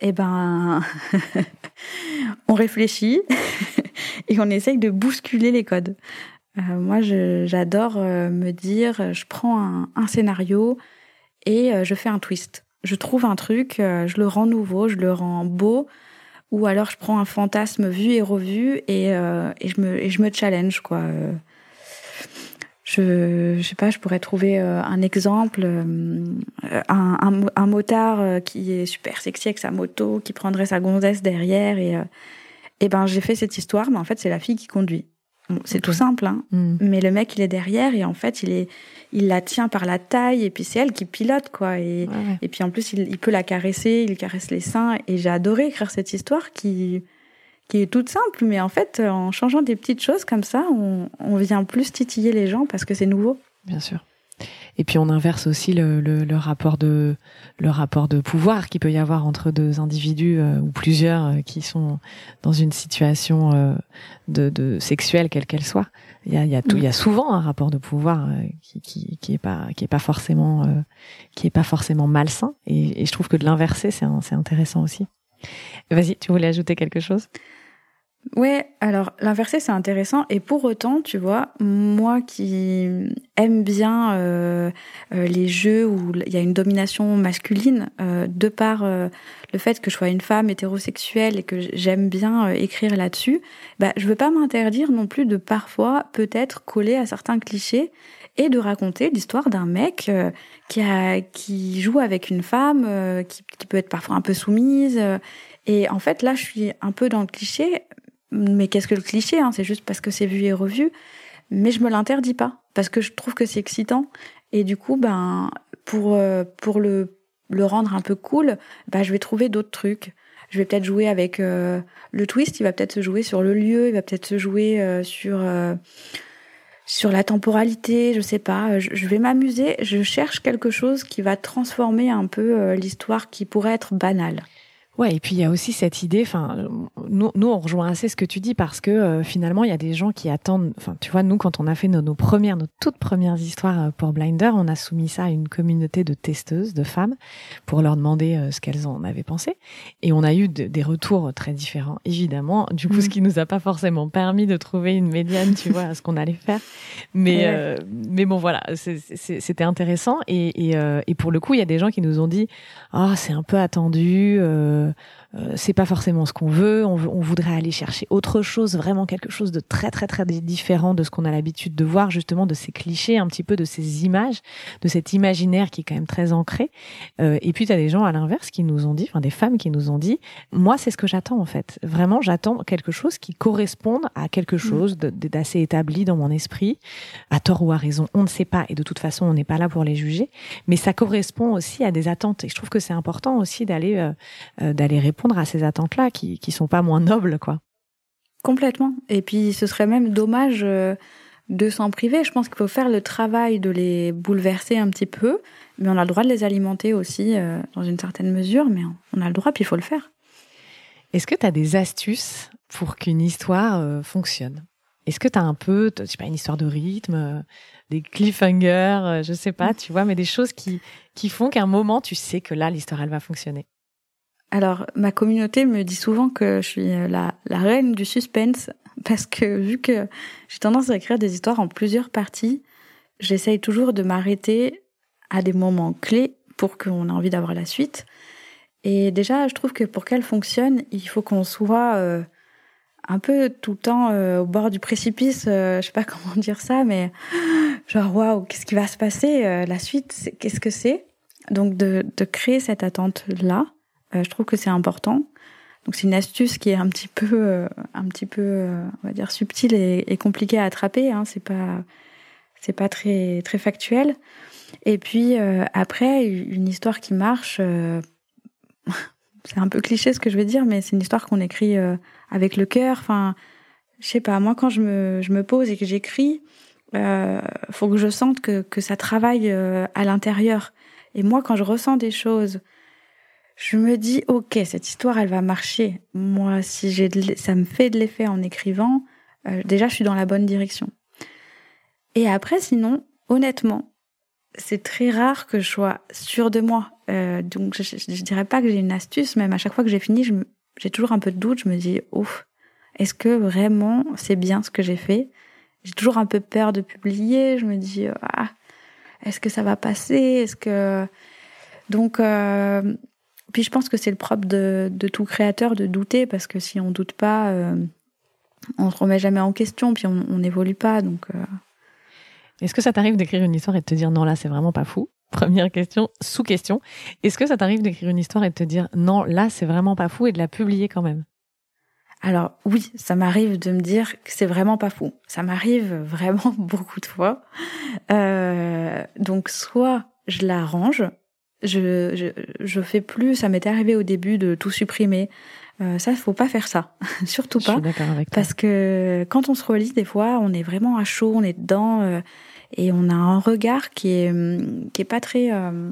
On réfléchit et on essaye de bousculer les codes. Moi, j'adore me dire, je prends un scénario et je fais un twist. Je trouve un truc, je le rends nouveau, je le rends beau, ou alors je prends un fantasme vu et revu et je me challenge, quoi. Je sais pas, je pourrais trouver un exemple, un motard qui est super sexy avec sa moto, qui prendrait sa gonzesse derrière et j'ai fait cette histoire, mais en fait c'est la fille qui conduit. Bon, c'est tout simple, mais le mec, il est derrière et en fait, il la tient par la taille et puis c'est elle qui pilote, quoi. Et puis en plus, il peut la caresser, il caresse les seins. Et j'ai adoré écrire cette histoire qui est toute simple, mais en fait, en changeant des petites choses comme ça, on vient plus titiller les gens parce que c'est nouveau. Bien sûr. Et puis on inverse aussi le rapport de pouvoir qu'il peut y avoir entre deux individus ou plusieurs qui sont dans une situation de sexuelle quelle qu'elle soit. Il y a souvent un rapport de pouvoir qui est pas forcément malsain, et je trouve que de l'inverser c'est intéressant aussi. Vas-y, tu voulais ajouter quelque chose? Ouais, alors l'inverser c'est intéressant, et pour autant, tu vois, moi qui aime bien les jeux où il y a une domination masculine, de par le fait que je sois une femme hétérosexuelle et que j'aime bien écrire là-dessus, je veux pas m'interdire non plus de parfois peut-être coller à certains clichés et de raconter l'histoire d'un mec qui joue avec une femme qui peut être parfois un peu soumise. Et en fait, là, je suis un peu dans le cliché. Mais qu'est-ce que le cliché, c'est juste parce que c'est vu et revu. Mais je me l'interdis pas, parce que je trouve que c'est excitant. Et du coup, pour le rendre un peu cool, je vais trouver d'autres trucs. Je vais peut-être jouer avec le twist, il va peut-être se jouer sur le lieu, il va peut-être se jouer sur la temporalité, je sais pas. Je vais m'amuser, je cherche quelque chose qui va transformer un peu l'histoire qui pourrait être banale. Ouais, et puis il y a aussi cette idée, nous on rejoint assez ce que tu dis, parce que finalement il y a des gens qui attendent, tu vois, nous quand on a fait nos toutes premières histoires pour Blinder, on a soumis ça à une communauté de testeuses, de femmes, pour leur demander ce qu'elles en avaient pensé, et on a eu des retours très différents, évidemment, du coup ce qui nous a pas forcément permis de trouver une médiane, tu vois, à ce qu'on allait faire, mais bon voilà, c'était intéressant, et pour le coup il y a des gens qui nous ont dit c'est un peu attendu, c'est pas forcément ce qu'on veut, on voudrait aller chercher autre chose, vraiment quelque chose de très très très différent de ce qu'on a l'habitude de voir, justement, de ces clichés, un petit peu de ces images, de cet imaginaire qui est quand même très ancré. Et puis t'as des gens à l'inverse qui nous ont dit, des femmes qui nous ont dit, moi c'est ce que j'attends en fait, vraiment j'attends quelque chose qui corresponde à quelque chose d'assez établi dans mon esprit, à tort ou à raison, on ne sait pas, et de toute façon on n'est pas là pour les juger, mais ça correspond aussi à des attentes, et je trouve que c'est important aussi d'aller répondre à ces attentes-là qui sont pas moins nobles, quoi. Complètement. Et puis ce serait même dommage de s'en priver. Je pense qu'il faut faire le travail de les bouleverser un petit peu, mais on a le droit de les alimenter aussi dans une certaine mesure, mais on a le droit, puis il faut le faire. Est-ce que tu as des astuces pour qu'une histoire fonctionne ? Est-ce que tu as un peu, je sais pas, une histoire de rythme, des cliffhangers, je sais pas, tu vois, mais des choses qui font qu'à un moment, tu sais que là, l'histoire, elle va fonctionner? Alors, ma communauté me dit souvent que je suis la reine du suspense, parce que vu que j'ai tendance à écrire des histoires en plusieurs parties, j'essaye toujours de m'arrêter à des moments clés pour qu'on ait envie d'avoir la suite. Et déjà, je trouve que pour qu'elle fonctionne, il faut qu'on soit un peu tout le temps au bord du précipice, je sais pas comment dire ça, mais genre waouh, qu'est-ce qui va se passer, la suite, qu'est-ce que c'est? Donc de créer cette attente-là, je trouve que c'est important. Donc c'est une astuce qui est un petit peu, on va dire subtile et compliquée à attraper. Hein. C'est pas très très factuel. Et puis après, une histoire qui marche, c'est un peu cliché ce que je vais dire, mais c'est une histoire qu'on écrit avec le cœur. Enfin, je sais pas. Moi, quand je me pose et que j'écris, faut que je sente que ça travaille à l'intérieur. Et moi, quand je ressens des choses, je me dis, ok, cette histoire, elle va marcher. Moi, si ça me fait de l'effet en écrivant, déjà, je suis dans la bonne direction. Et après, sinon, honnêtement, c'est très rare que je sois sûre de moi. Donc, je dirais pas que j'ai une astuce, même à chaque fois que j'ai fini, j'ai toujours un peu de doute. Je me dis, ouf, est-ce que vraiment c'est bien ce que j'ai fait? J'ai toujours un peu peur de publier. Je me dis, est-ce que ça va passer? Est-ce que... Donc... Puis je pense que c'est le propre de tout créateur de douter, parce que si on doute pas, on se remet jamais en question, puis on n'évolue pas. Donc, Est-ce que ça t'arrive d'écrire une histoire et de te dire non, là c'est vraiment pas fou? Première question, sous-question. Est-ce que ça t'arrive d'écrire une histoire et de te dire non, là c'est vraiment pas fou, et de la publier quand même? Alors oui, ça m'arrive de me dire que c'est vraiment pas fou. Ça m'arrive vraiment beaucoup de fois. Donc soit je la range. Je fais plus, ça m'était arrivé au début de tout supprimer. Ça, faut pas faire ça. Surtout pas. Je suis d'accord avec toi. Parce que quand on se relit, des fois, on est vraiment à chaud, on est dedans, et on a un regard qui est pas très,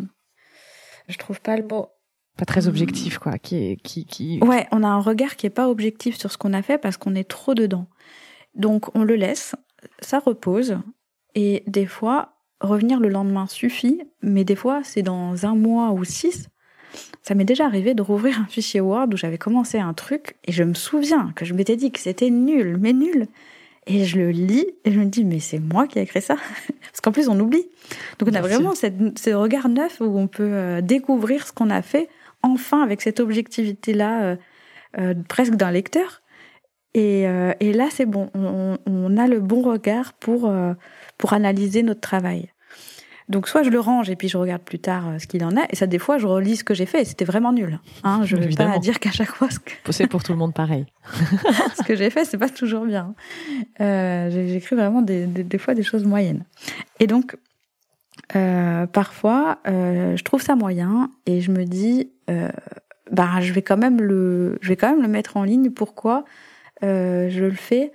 je trouve pas le mot. Pas très objectif, quoi. Ouais, on a un regard qui est pas objectif sur ce qu'on a fait parce qu'on est trop dedans. Donc, on le laisse, ça repose, et des fois, revenir le lendemain suffit, mais des fois, c'est dans 1 mois ou 6. Ça m'est déjà arrivé de rouvrir un fichier Word où j'avais commencé un truc et je me souviens que je m'étais dit que c'était nul, mais nul. Et je le lis et je me dis, mais c'est moi qui ai écrit ça. Parce qu'en plus, on oublie. Donc, on a vraiment ce regard neuf où on peut découvrir ce qu'on a fait, enfin, avec cette objectivité-là, presque d'un lecteur. Et là, c'est bon. On a le bon regard pour analyser notre travail. Donc, soit je le range et puis je regarde plus tard ce qu'il en est. Et ça, des fois, je relis ce que j'ai fait et c'était vraiment nul. Hein, je ne vais pas dire qu'à chaque fois... C'est pour tout le monde pareil. Ce que j'ai fait, c'est pas toujours bien. J'écris vraiment des fois des choses moyennes. Et donc, parfois, je trouve ça moyen et je me dis, je vais quand même le mettre en ligne. Pourquoi je le fais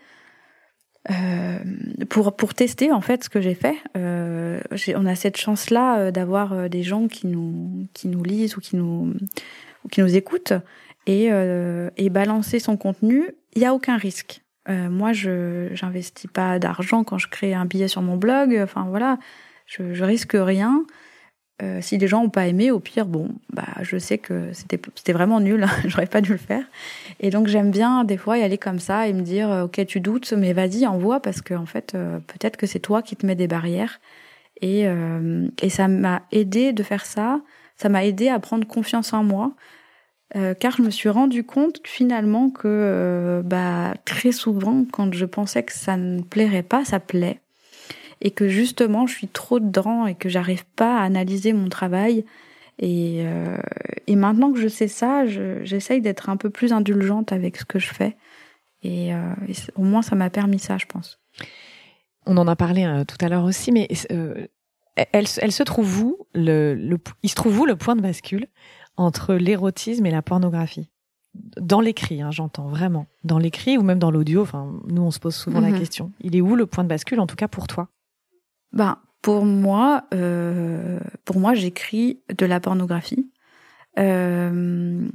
pour tester en fait ce que j'ai fait. On a cette chance-là d'avoir des gens qui nous lisent ou qui nous écoutent et balancer son contenu, il y a aucun risque. Moi, j'investis pas d'argent quand je crée un billet sur mon blog. Enfin voilà, je risque rien. Si les gens ont pas aimé, au pire, je sais que c'était vraiment nul, hein, j'aurais pas dû le faire. Et donc j'aime bien des fois y aller comme ça et me dire, ok, tu doutes, mais vas-y, envoie, parce que en fait, peut-être que c'est toi qui te mets des barrières. Et ça m'a aidé de faire ça. Ça m'a aidé à prendre confiance en moi, car je me suis rendu compte finalement que très souvent, quand je pensais que ça ne plairait pas, ça plaît. Et que justement, je suis trop dedans et que j'arrive pas à analyser mon travail. Et maintenant que je sais ça, j'essaye d'être un peu plus indulgente avec ce que je fais. Et au moins, ça m'a permis ça, je pense. On en a parlé tout à l'heure aussi, mais il se trouve où le point de bascule entre l'érotisme et la pornographie? dans l'écrit, j'entends vraiment. Dans l'écrit ou même dans l'audio, nous on se pose souvent la question. Il est où le point de bascule, en tout cas pour toi ? Pour moi, j'écris de la pornographie. Alors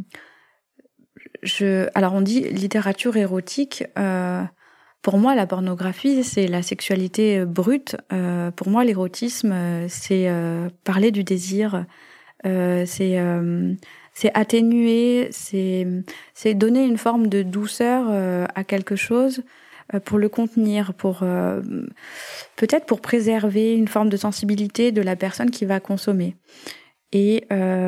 on dit littérature érotique. Pour moi, la pornographie, c'est la sexualité brute. Pour moi, l'érotisme, c'est parler du désir. C'est atténuer, c'est donner une forme de douceur à quelque chose pour le contenir, peut-être pour préserver une forme de sensibilité de la personne qui va consommer. Et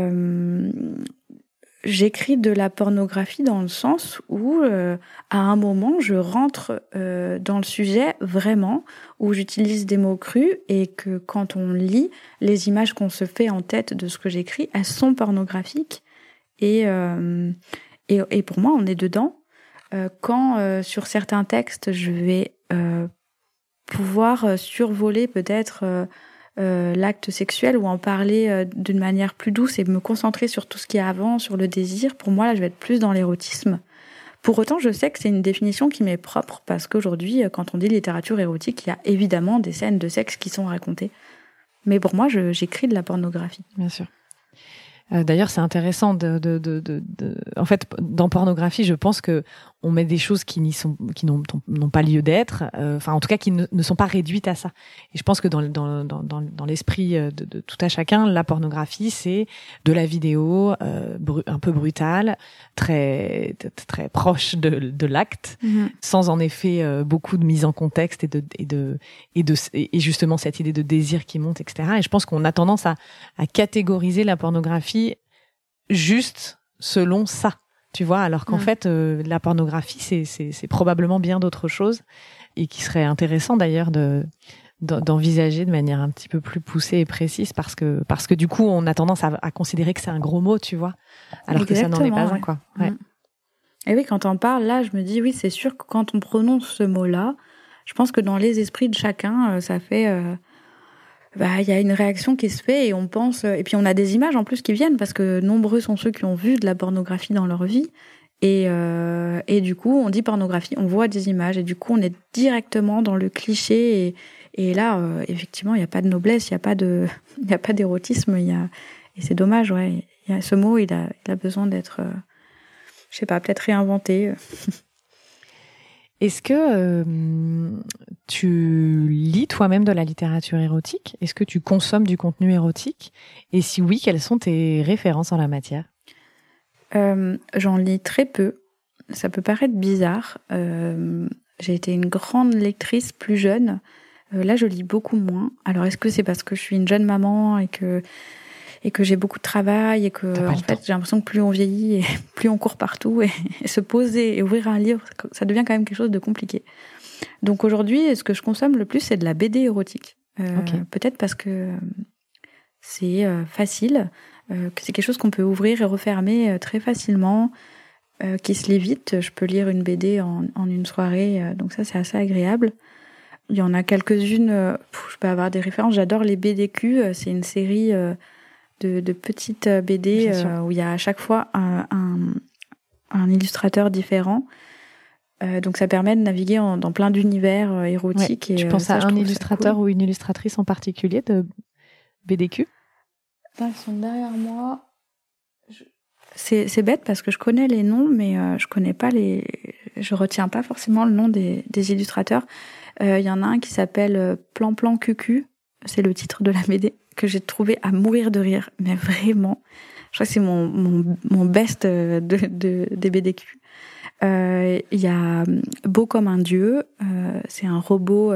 j'écris de la pornographie dans le sens où, à un moment, je rentre dans le sujet vraiment, où j'utilise des mots crus et que quand on lit, les images qu'on se fait en tête de ce que j'écris, elles sont pornographiques. Et pour moi, on est dedans. Quand sur certains textes, je vais pouvoir survoler peut-être l'acte sexuel ou en parler d'une manière plus douce et me concentrer sur tout ce qui est avant, sur le désir, pour moi, là, je vais être plus dans l'érotisme. Pour autant, je sais que c'est une définition qui m'est propre parce qu'aujourd'hui, quand on dit littérature érotique, il y a évidemment des scènes de sexe qui sont racontées. Mais pour moi, j'écris de la pornographie. Bien sûr. D'ailleurs, c'est intéressant en fait, dans pornographie, je pense que on met des choses qui n'ont pas lieu d'être, en tout cas qui ne sont pas réduites à ça. Et je pense que dans l'esprit de tout à chacun, la pornographie, c'est de la vidéo un peu brutale, très très proche de l'acte, sans en effet beaucoup de mise en contexte et justement cette idée de désir qui monte, etc. Et je pense qu'on a tendance à catégoriser la pornographie juste selon ça. Tu vois, alors qu'en fait, la pornographie, c'est probablement bien d'autres choses et qui serait intéressant d'ailleurs d'envisager de manière un petit peu plus poussée et précise parce que du coup, on a tendance à considérer que c'est un gros mot, tu vois, alors exactement, que ça n'en est pas un, quoi. Ouais. Et oui, quand t'en parles, là, je me dis, oui, c'est sûr que quand on prononce ce mot-là, je pense que dans les esprits de chacun, ça fait... il y a une réaction qui se fait et on pense... Et puis on a des images en plus qui viennent parce que nombreux sont ceux qui ont vu de la pornographie dans leur vie. Et du coup, on dit pornographie, on voit des images et du coup, on est directement dans le cliché. Et là, effectivement, il n'y a pas de noblesse, il n'y a pas d'érotisme. Et c'est dommage, ouais. Ce mot, il a besoin d'être, je sais pas, peut-être réinventé. Est-ce que tu lis toi-même de la littérature érotique ? Est-ce que tu consommes du contenu érotique ? Et si oui, quelles sont tes références en la matière ? J'en lis très peu. Ça peut paraître bizarre. J'ai été une grande lectrice plus jeune. Là, je lis beaucoup moins. Alors, est-ce que c'est parce que je suis une jeune maman et que j'ai beaucoup de travail et que en fait j'ai l'impression que plus on vieillit et plus on court partout et se poser et ouvrir un livre, ça devient quand même quelque chose de compliqué. Donc aujourd'hui, ce que je consomme le plus, c'est de la BD érotique. Peut-être parce que c'est facile, que c'est quelque chose qu'on peut ouvrir et refermer très facilement, qui se lit vite. Je peux lire une BD en une soirée, donc ça c'est assez agréable. Il y en a quelques-unes, je peux avoir des références. J'adore les BDQ, c'est une série de petites BD où il y a à chaque fois un illustrateur différent. Donc ça permet de naviguer dans plein d'univers érotiques. Ouais, tu penses à un illustrateur ou une illustratrice en particulier de BDQ ? Là, ils sont derrière moi. C'est bête parce que je connais les noms, mais je connais pas je retiens pas forcément le nom des illustrateurs. Il y en a un qui s'appelle Plan Plan Cucu, c'est le titre de la BD, que j'ai trouvé à mourir de rire, mais vraiment, je crois que c'est mon best des BDQ. Il y a Beau comme un dieu, c'est un robot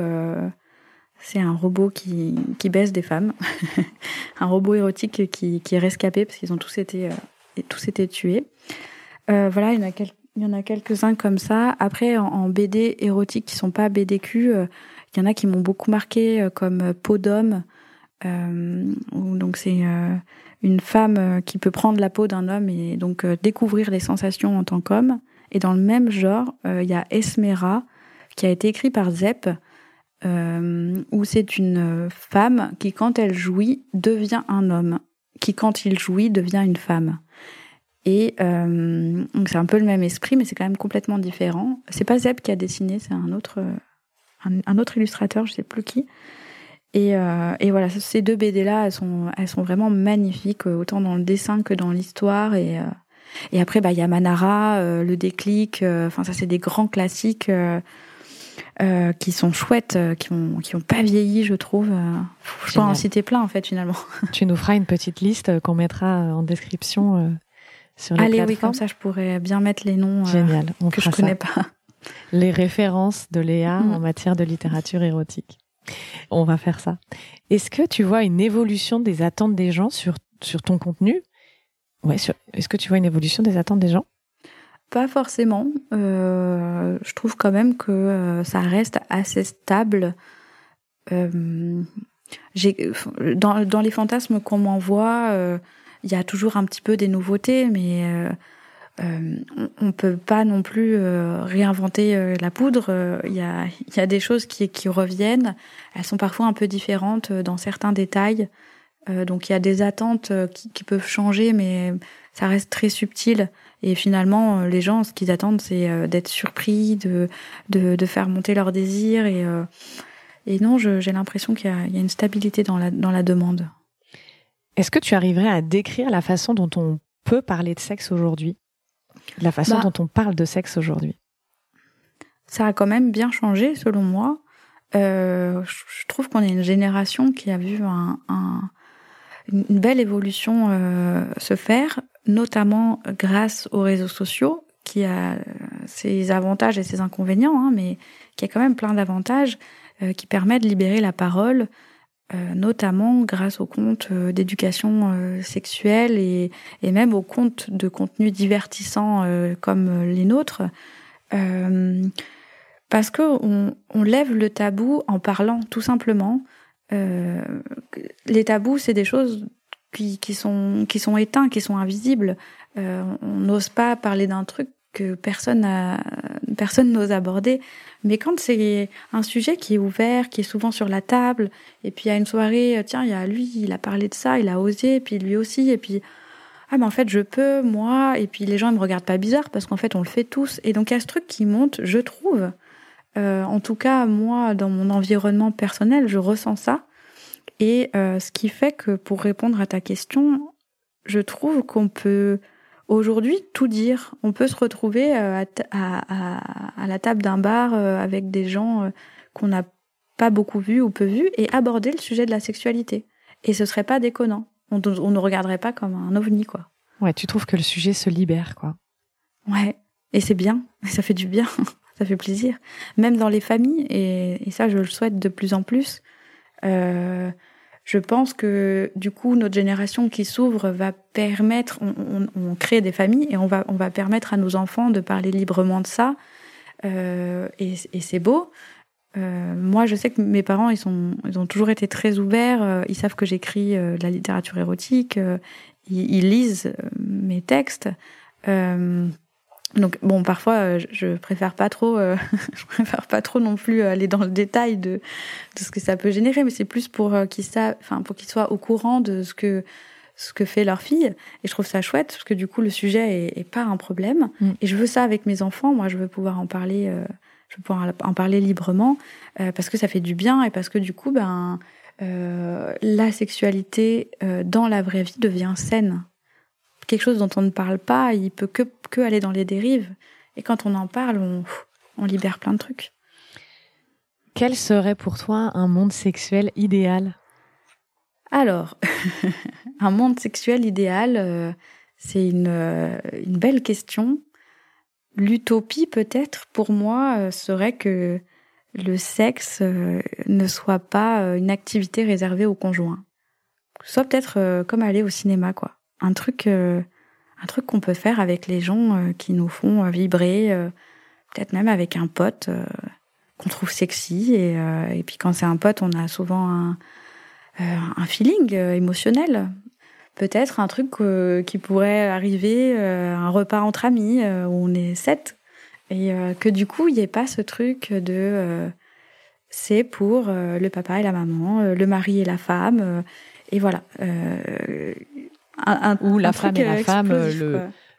qui baise des femmes, un robot érotique qui est rescapé parce qu'ils ont tous été tués. Voilà, il y en a quelques-uns comme ça. Après, en BD érotique qui sont pas BDQ, il y en a qui m'ont beaucoup marqué, comme Peau d'homme. Donc c'est une femme qui peut prendre la peau d'un homme et donc découvrir les sensations en tant qu'homme. Et dans le même genre, il y a Esmera, qui a été écrit par Zepp, où c'est une femme qui, quand elle jouit, devient un homme, qui, quand il jouit, devient une femme. Et donc c'est un peu le même esprit, mais c'est quand même complètement différent. C'est pas Zeb qui a dessiné, c'est un autre illustrateur, je sais plus qui. Et voilà, ces 2 BD-là, elles sont vraiment magnifiques, autant dans le dessin que dans l'histoire. Et après, il y a Manara, Le Déclic. Enfin, ça, c'est des grands classiques qui sont chouettes, qui ont pas vieilli, je trouve. Je peux en citer plein, en fait, finalement. Tu nous feras une petite liste qu'on mettra en description sur les plateformes. Oui, comme ça, je pourrais bien mettre les noms Génial. Que je connais pas. Les références de Léa en matière de littérature érotique. On va faire ça. Est-ce que tu vois une évolution des attentes des gens sur ton contenu ? Est-ce que tu vois une évolution des attentes des gens ? Pas forcément. Je trouve quand même que ça reste assez stable. Dans les fantasmes qu'on m'envoie, il y a toujours un petit peu des nouveautés, mais on peut pas non plus réinventer la poudre. Il y a des choses qui reviennent. Elles sont parfois un peu différentes dans certains détails. Donc il y a des attentes qui peuvent changer, mais ça reste très subtil. Et finalement, les gens, ce qu'ils attendent, c'est d'être surpris, de faire monter leur désir. Et non, j'ai l'impression qu'il y a une stabilité dans la demande. Est-ce que tu arriverais à décrire la façon dont on peut parler de sexe aujourd'hui ? La façon dont on parle de sexe aujourd'hui? Ça a quand même bien changé, selon moi. Je trouve qu'on est une génération qui a vu une belle évolution se faire, notamment grâce aux réseaux sociaux, qui a ses avantages et ses inconvénients, mais qui a quand même plein d'avantages qui permettent de libérer la parole, notamment grâce aux comptes d'éducation sexuelle et même aux comptes de contenu divertissant comme les nôtres, parce que on lève le tabou en parlant, tout simplement. Les tabous, c'est des choses qui sont éteints, qui sont invisibles. On n'ose pas parler d'un truc que personne n'ose aborder. Mais quand c'est un sujet qui est ouvert, qui est souvent sur la table, et puis il y a une soirée, tiens, il y a lui, il a parlé de ça, il a osé, et puis lui aussi, et puis mais en fait je peux, moi, et puis les gens ils me regardent pas bizarre parce qu'en fait on le fait tous. Et donc il y a ce truc qui monte, je trouve. En tout cas, moi, dans mon environnement personnel, je ressens ça. Et ce qui fait que, pour répondre à ta question, je trouve qu'on peut aujourd'hui tout dire. On peut se retrouver à la table d'un bar avec des gens qu'on n'a pas beaucoup vus ou peu vus et aborder le sujet de la sexualité. Et ce serait pas déconnant. On ne regarderait pas comme un ovni, quoi. Ouais, tu trouves que le sujet se libère, quoi. Ouais, et c'est bien. Ça fait du bien. Ça fait plaisir. Même dans les familles, et ça, je le souhaite de plus en plus. Je pense que, du coup, notre génération qui s'ouvre va permettre... On crée des familles et on va permettre à nos enfants de parler librement de ça. Et c'est beau. Moi, je sais que mes parents, ils ont toujours été très ouverts. Ils savent que j'écris de la littérature érotique. Ils lisent mes textes. Donc bon, parfois je préfère pas trop non plus aller dans le détail de ce que ça peut générer, mais c'est plus pour qu'ils soient au courant de ce que fait leur fille. Et je trouve ça chouette parce que du coup le sujet est pas un problème. Et je veux ça avec mes enfants. Moi, je veux pouvoir en parler. Je veux pouvoir en parler librement parce que ça fait du bien et parce que du coup, la sexualité dans la vraie vie devient saine. Quelque chose dont on ne parle pas, il peut que aller dans les dérives. Et quand on en parle, on libère plein de trucs. Quel serait pour toi un monde sexuel idéal ? Alors, un monde sexuel idéal, c'est une belle question. L'utopie, peut-être, pour moi, serait que le sexe ne soit pas une activité réservée au conjoint. Soit peut-être comme aller au cinéma, quoi. Un truc qu'on peut faire avec les gens qui nous font vibrer, peut-être même avec un pote qu'on trouve sexy. Et puis quand c'est un pote, on a souvent un feeling émotionnel. Peut-être un truc qui pourrait arriver, un repas entre amis où on est 7. Et que du coup, il n'y ait pas ce truc de... c'est pour le papa et la maman, le mari et la femme. Et voilà. Ou la femme et la femme,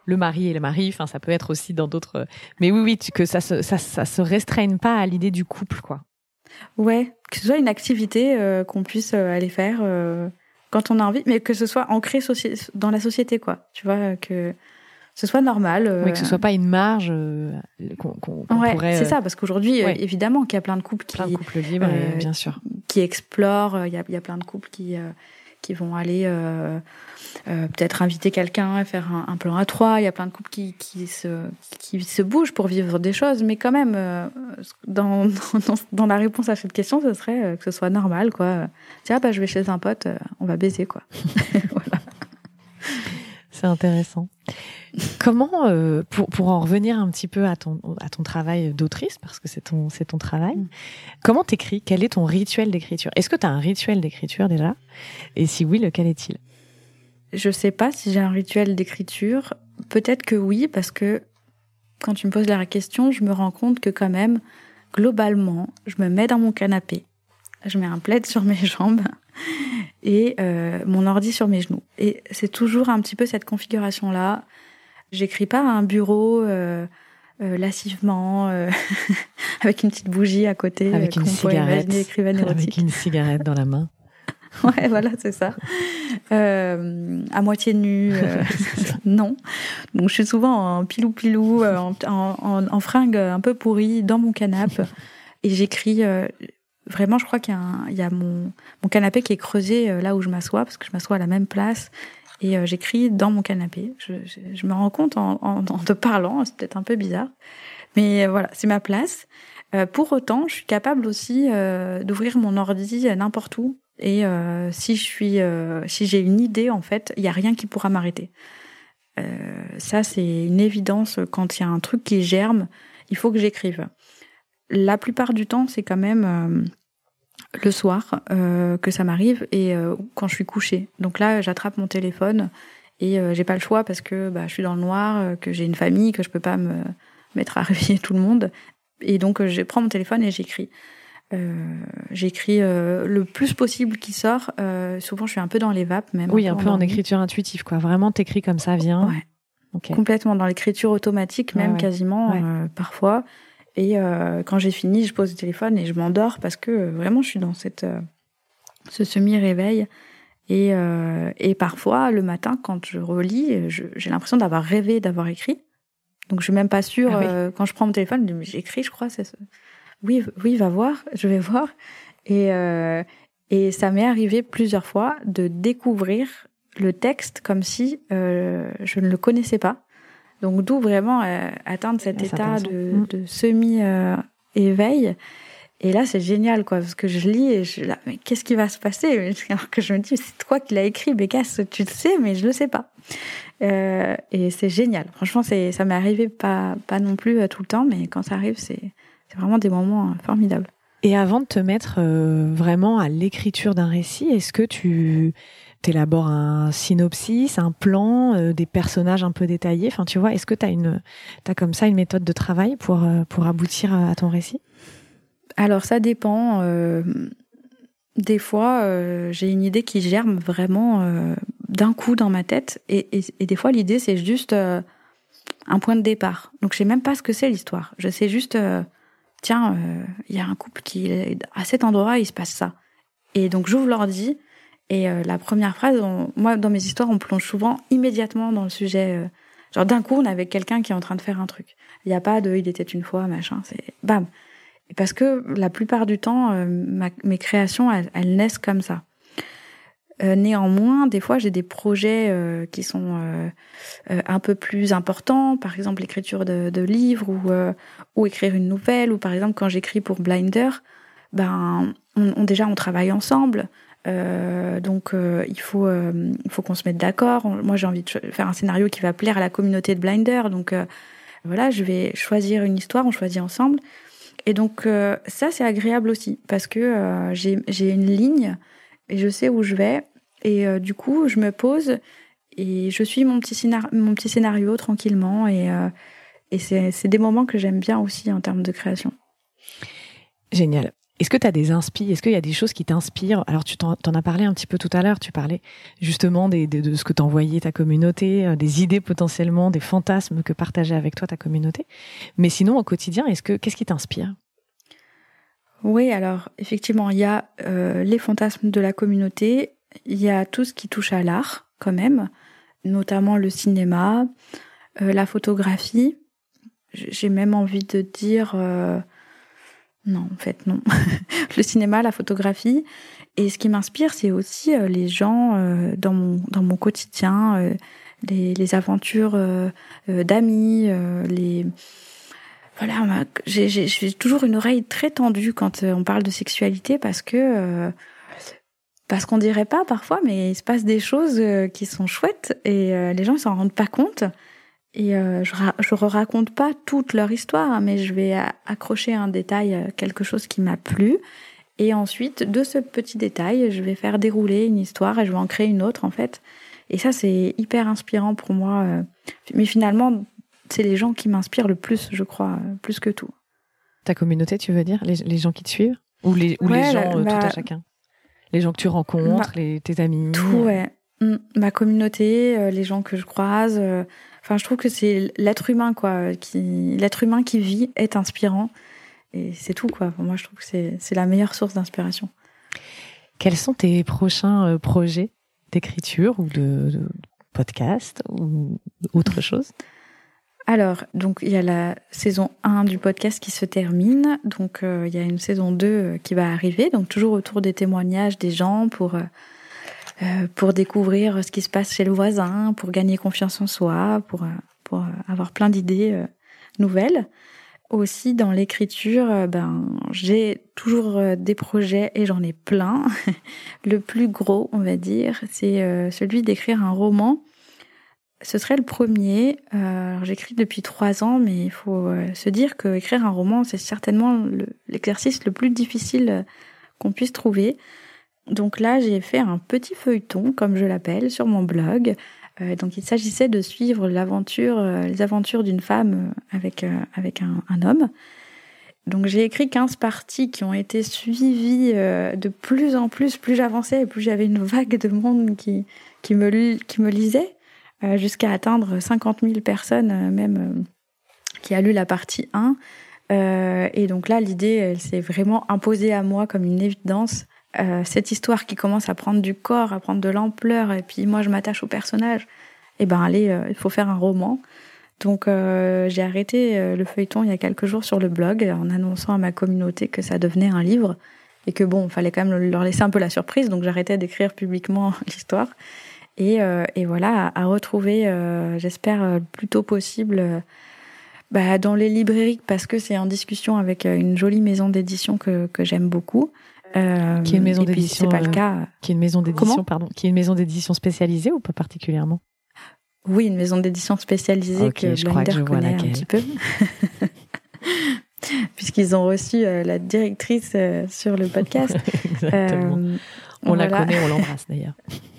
le mari et le mari. Enfin, ça peut être aussi dans d'autres. Mais oui, que ça se restreigne pas à l'idée du couple, quoi. Ouais, que ce soit une activité qu'on puisse aller faire quand on a envie, mais que ce soit ancré dans la société, quoi. Tu vois, que ce soit normal. Oui, que ce soit pas une marge qu'on pourrait. C'est ça, parce qu'aujourd'hui, évidemment, qu'il y a plein de couples plein de couples libres, bien sûr, qui explorent. Il y a plein de couples qui vont aller peut-être inviter quelqu'un, faire un plan à 3. Il y a plein de couples qui se bougent pour vivre des choses, mais quand même, dans la réponse à cette question, ce serait que ce soit normal, quoi. Tiens, je vais chez un pote, on va baiser, quoi. Voilà. C'est intéressant. Comment, pour en revenir un petit peu à ton travail d'autrice, parce que c'est ton travail, comment t'écris ? Quel est ton rituel d'écriture ? Est-ce que tu as un rituel d'écriture déjà ? Et si oui, lequel est-il ? Je sais pas si j'ai un rituel d'écriture. Peut-être que oui, parce que quand tu me poses la question, je me rends compte que quand même, globalement, je me mets dans mon canapé, je mets un plaid sur mes jambes et mon ordi sur mes genoux. Et c'est toujours un petit peu cette configuration-là. J'écris pas à un bureau lassivement, avec une petite bougie à côté, avec une cigarette, écrivaine érotique. Avec une cigarette dans la main. Ouais, voilà, c'est ça. À moitié nue, non. Donc je suis souvent en pilou-pilou, en fringue un peu pourrie, dans mon canapé, et j'écris. Vraiment, je crois qu'il y a mon canapé qui est creusé là où je m'assois, parce que je m'assois à la même place, et j'écris dans mon canapé. Je me rends compte en te parlant, c'est peut-être un peu bizarre, mais voilà, c'est ma place. Pour autant, je suis capable aussi d'ouvrir mon ordi n'importe où. Et si j'ai une idée, en fait, il y a rien qui pourra m'arrêter. Ça, c'est une évidence. Quand il y a un truc qui germe, il faut que j'écrive. La plupart du temps, c'est quand même le soir que ça m'arrive et quand je suis couchée. Donc là, j'attrape mon téléphone et j'ai pas le choix parce que je suis dans le noir, que j'ai une famille, que je peux pas me mettre à réveiller tout le monde. Et donc, je prends mon téléphone et j'écris. J'écris le plus possible qui sort. Souvent, je suis un peu dans les vapes, même. Oui, un peu en écriture intuitive, quoi. Vraiment, t'écris comme ça vient. Ouais. Okay. Complètement dans l'écriture automatique, même quasiment, parfois. Et quand j'ai fini, je pose le téléphone et je m'endors parce que vraiment, je suis dans ce semi-réveil. Et parfois, le matin, quand je relis, j'ai l'impression d'avoir rêvé d'avoir écrit. Donc, je suis même pas sûre. Quand je prends mon téléphone, j'écris, je crois, c'est Oui, va voir, je vais voir. Et ça m'est arrivé plusieurs fois de découvrir le texte comme si je ne le connaissais pas. Donc d'où vraiment atteindre cet état de semi-éveil. Et là, c'est génial, quoi, parce que je lis et je suis là, mais qu'est-ce qui va se passer ? Alors que je me dis, c'est toi qui l'as écrit, Bécasse, tu le sais, mais je le sais pas. Et c'est génial. Franchement, ça m'est arrivé pas non plus tout le temps, mais quand ça arrive, c'est vraiment des moments formidables. Et avant de te mettre vraiment à l'écriture d'un récit, est-ce que tu t'élabores un synopsis, un plan, des personnages un peu détaillés ? Enfin, tu vois, est-ce que t'as comme ça une méthode de travail pour aboutir à ton récit ? Alors, ça dépend. Des fois, j'ai une idée qui germe vraiment d'un coup dans ma tête. Et des fois, l'idée, c'est juste un point de départ. Donc, je sais même pas ce que c'est l'histoire. Je sais juste... tiens, y a un couple qui est à cet endroit, il se passe ça. Et donc j'ouvre l'ordi et la première phrase, moi dans mes histoires, on plonge souvent immédiatement dans le sujet. Genre d'un coup, on est avec quelqu'un qui est en train de faire un truc. Il y a pas de il était une fois, machin. C'est bam. Et parce que la plupart du temps, mes créations, elles naissent comme ça. Néanmoins, des fois, j'ai des projets qui sont un peu plus importants, par exemple l'écriture de livres ou écrire une nouvelle, ou par exemple quand j'écris pour Blinder, déjà on travaille ensemble, donc il faut qu'on se mette d'accord. Moi, j'ai envie de faire un scénario qui va plaire à la communauté de Blinder, donc voilà, je vais choisir une histoire, on choisit ensemble, et donc ça c'est agréable aussi parce que j'ai une ligne. Et je sais où je vais. Et du coup, je me pose et je suis mon petit scénario tranquillement. Et c'est des moments que j'aime bien aussi en termes de création. Génial. Est-ce que tu as des inspi? Est-ce qu'il y a des choses qui t'inspirent? Alors, tu t'en as parlé un petit peu tout à l'heure. Tu parlais justement de ce que t'envoyait ta communauté, des idées potentiellement, des fantasmes que partageait avec toi ta communauté. Mais sinon, au quotidien, qu'est-ce qui t'inspire? Oui, alors effectivement, il y a les fantasmes de la communauté. Il y a tout ce qui touche à l'art, quand même, notamment le cinéma, la photographie. J'ai même envie de dire... Non, en fait, non. Le cinéma, la photographie. Et ce qui m'inspire, c'est aussi les gens dans mon quotidien, les aventures d'amis, Voilà, j'ai toujours une oreille très tendue quand on parle de sexualité parce qu'on dirait pas parfois, mais il se passe des choses qui sont chouettes et les gens ne s'en rendent pas compte. Et je raconte pas toute leur histoire, hein, mais je vais accrocher un détail, quelque chose qui m'a plu. Et ensuite, de ce petit détail, je vais faire dérouler une histoire et je vais en créer une autre, en fait. Et ça, c'est hyper inspirant pour moi. Mais finalement, c'est les gens qui m'inspirent le plus, je crois, plus que tout. Ta communauté, tu veux dire? Les gens qui te suivent? Ou les gens, tout à chacun? Les gens que tu rencontres, tes amis? Tout, ouais. Ma communauté, les gens que je croise... Enfin, je trouve que c'est l'être humain, quoi, l'être humain qui vit est inspirant. Et c'est tout, quoi. Moi, je trouve que c'est la meilleure source d'inspiration. Quels sont tes prochains projets d'écriture ou de podcast ou autre chose? Alors, donc, il y a la saison 1 du podcast qui se termine. Donc, il y a une saison 2 qui va arriver. Donc, toujours autour des témoignages des gens pour découvrir ce qui se passe chez le voisin, pour gagner confiance en soi, pour avoir plein d'idées nouvelles. Aussi, dans l'écriture, j'ai toujours des projets et j'en ai plein. Le plus gros, on va dire, c'est celui d'écrire un roman. Ce serait le premier. Alors, j'écris depuis 3 ans, mais il faut se dire qu'écrire un roman, c'est certainement l'exercice le plus difficile qu'on puisse trouver. Donc là, j'ai fait un petit feuilleton, comme je l'appelle, sur mon blog. Donc il s'agissait de suivre les aventures d'une femme avec un homme. Donc j'ai écrit 15 parties qui ont été suivies de plus en plus j'avançais et plus j'avais une vague de monde qui me lisait, jusqu'à atteindre 50 000 personnes même qui a lu la partie 1. Et donc là, l'idée, elle s'est vraiment imposée à moi comme une évidence. Cette histoire qui commence à prendre du corps, à prendre de l'ampleur, et puis moi je m'attache au personnage, et allez, il faut faire un roman. Donc j'ai arrêté le feuilleton il y a quelques jours sur le blog en annonçant à ma communauté que ça devenait un livre et que bon, il fallait quand même leur laisser un peu la surprise, donc j'arrêtais d'écrire publiquement l'histoire et voilà, à retrouver, j'espère le plus tôt possible dans les librairies, parce que c'est en discussion avec une jolie maison d'édition que j'aime beaucoup. Qui est une maison d'édition, c'est pas le cas. Qui est une maison d'édition, qui est une maison d'édition spécialisée ou pas particulièrement? Oui, une maison d'édition spécialisée que Blinder connaît un petit peu. Puisqu'ils ont reçu la directrice sur le podcast. Exactement. On la connaît, on l'embrasse d'ailleurs.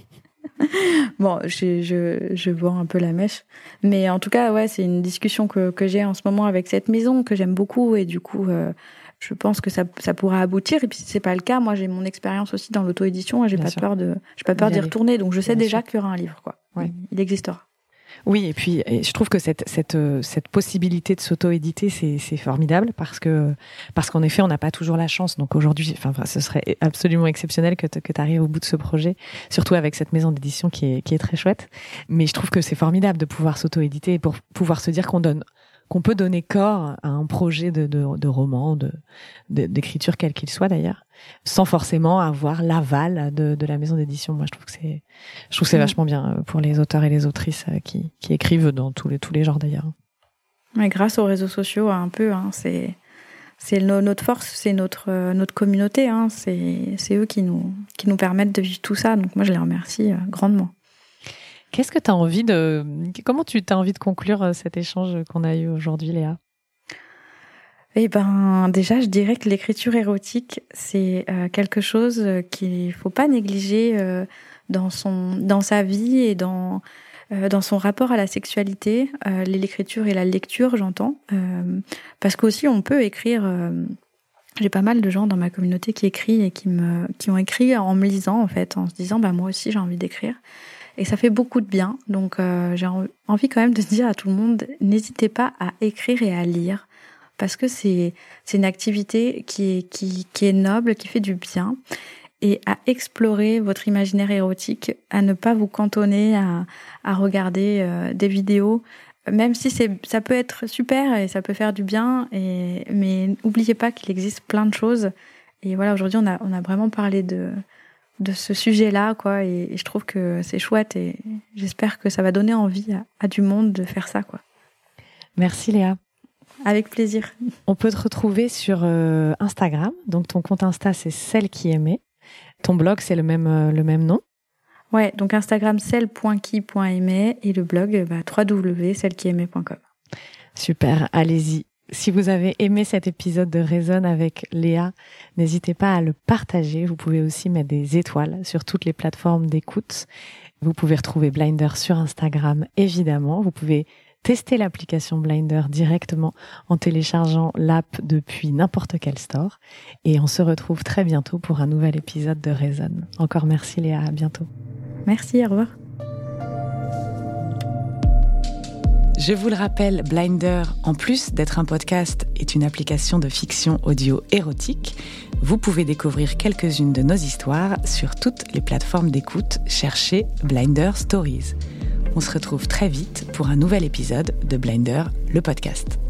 Bon, je vends un peu la mèche. Mais en tout cas, ouais, c'est une discussion que j'ai en ce moment avec cette maison, que j'aime beaucoup. Et du coup, je pense que ça pourra aboutir. Et puis, si c'est pas le cas, moi, j'ai mon expérience aussi dans l'auto-édition et j'ai pas peur d'y retourner. Donc, je sais déjà qu'il y aura un livre, quoi. Ouais. Il existera. Oui, et puis je trouve que cette possibilité de s'auto-éditer, c'est formidable parce qu'en effet, on n'a pas toujours la chance. Donc aujourd'hui, ce serait absolument exceptionnel que tu arrives au bout de ce projet, surtout avec cette maison d'édition qui est très chouette. Mais je trouve que c'est formidable de pouvoir s'auto-éditer et pour pouvoir se dire qu'on peut donner corps à un projet de roman, d'écriture quel qu'il soit d'ailleurs, sans forcément avoir l'aval de la maison d'édition. Moi, je trouve que c'est vachement bien pour les auteurs et les autrices qui écrivent dans tous les genres d'ailleurs. Ouais, grâce aux réseaux sociaux, un peu, hein, c'est notre force, c'est notre communauté, hein, c'est eux qui nous permettent de vivre tout ça. Donc moi, je les remercie grandement. Qu'est-ce que comment tu as envie de conclure cet échange qu'on a eu aujourd'hui, Léa? Eh déjà, je dirais que l'écriture érotique, c'est quelque chose qu'il faut pas négliger dans sa vie et dans son rapport à la sexualité, l'écriture et la lecture, j'entends, parce qu'aussi on peut écrire J'ai pas mal de gens dans ma communauté qui écrivent et qui ont écrit en me lisant, en fait, en se disant moi aussi j'ai envie d'écrire. Et ça fait beaucoup de bien. Donc j'ai envie quand même de dire à tout le monde, n'hésitez pas à écrire et à lire, parce que c'est une activité qui est noble, qui fait du bien, et à explorer votre imaginaire érotique, à ne pas vous cantonner à regarder des vidéos, même si ça peut être super et ça peut faire du bien, mais n'oubliez pas qu'il existe plein de choses. Et voilà, aujourd'hui on a vraiment parlé de ce sujet-là, quoi, et je trouve que c'est chouette et j'espère que ça va donner envie à du monde de faire ça, quoi. Merci Léa. Avec plaisir. On peut te retrouver sur Instagram, donc ton compte Insta c'est Celle qui aimait. Ton blog c'est le même nom. Ouais, donc Instagram celle.qui.aimait et le blog www.cellequiaimait.com. Super, allez-y. Si vous avez aimé cet épisode de Résonne avec Léa, n'hésitez pas à le partager. Vous pouvez aussi mettre des étoiles sur toutes les plateformes d'écoute. Vous pouvez retrouver Blinder sur Instagram, évidemment. Vous pouvez tester l'application Blinder directement en téléchargeant l'app depuis n'importe quel store. Et on se retrouve très bientôt pour un nouvel épisode de Résonne. Encore merci Léa, à bientôt. Merci, au revoir. Je vous le rappelle, Blinder, en plus d'être un podcast, est une application de fiction audio érotique. Vous pouvez découvrir quelques-unes de nos histoires sur toutes les plateformes d'écoute. Cherchez Blinder Stories. On se retrouve très vite pour un nouvel épisode de Blinder, le podcast.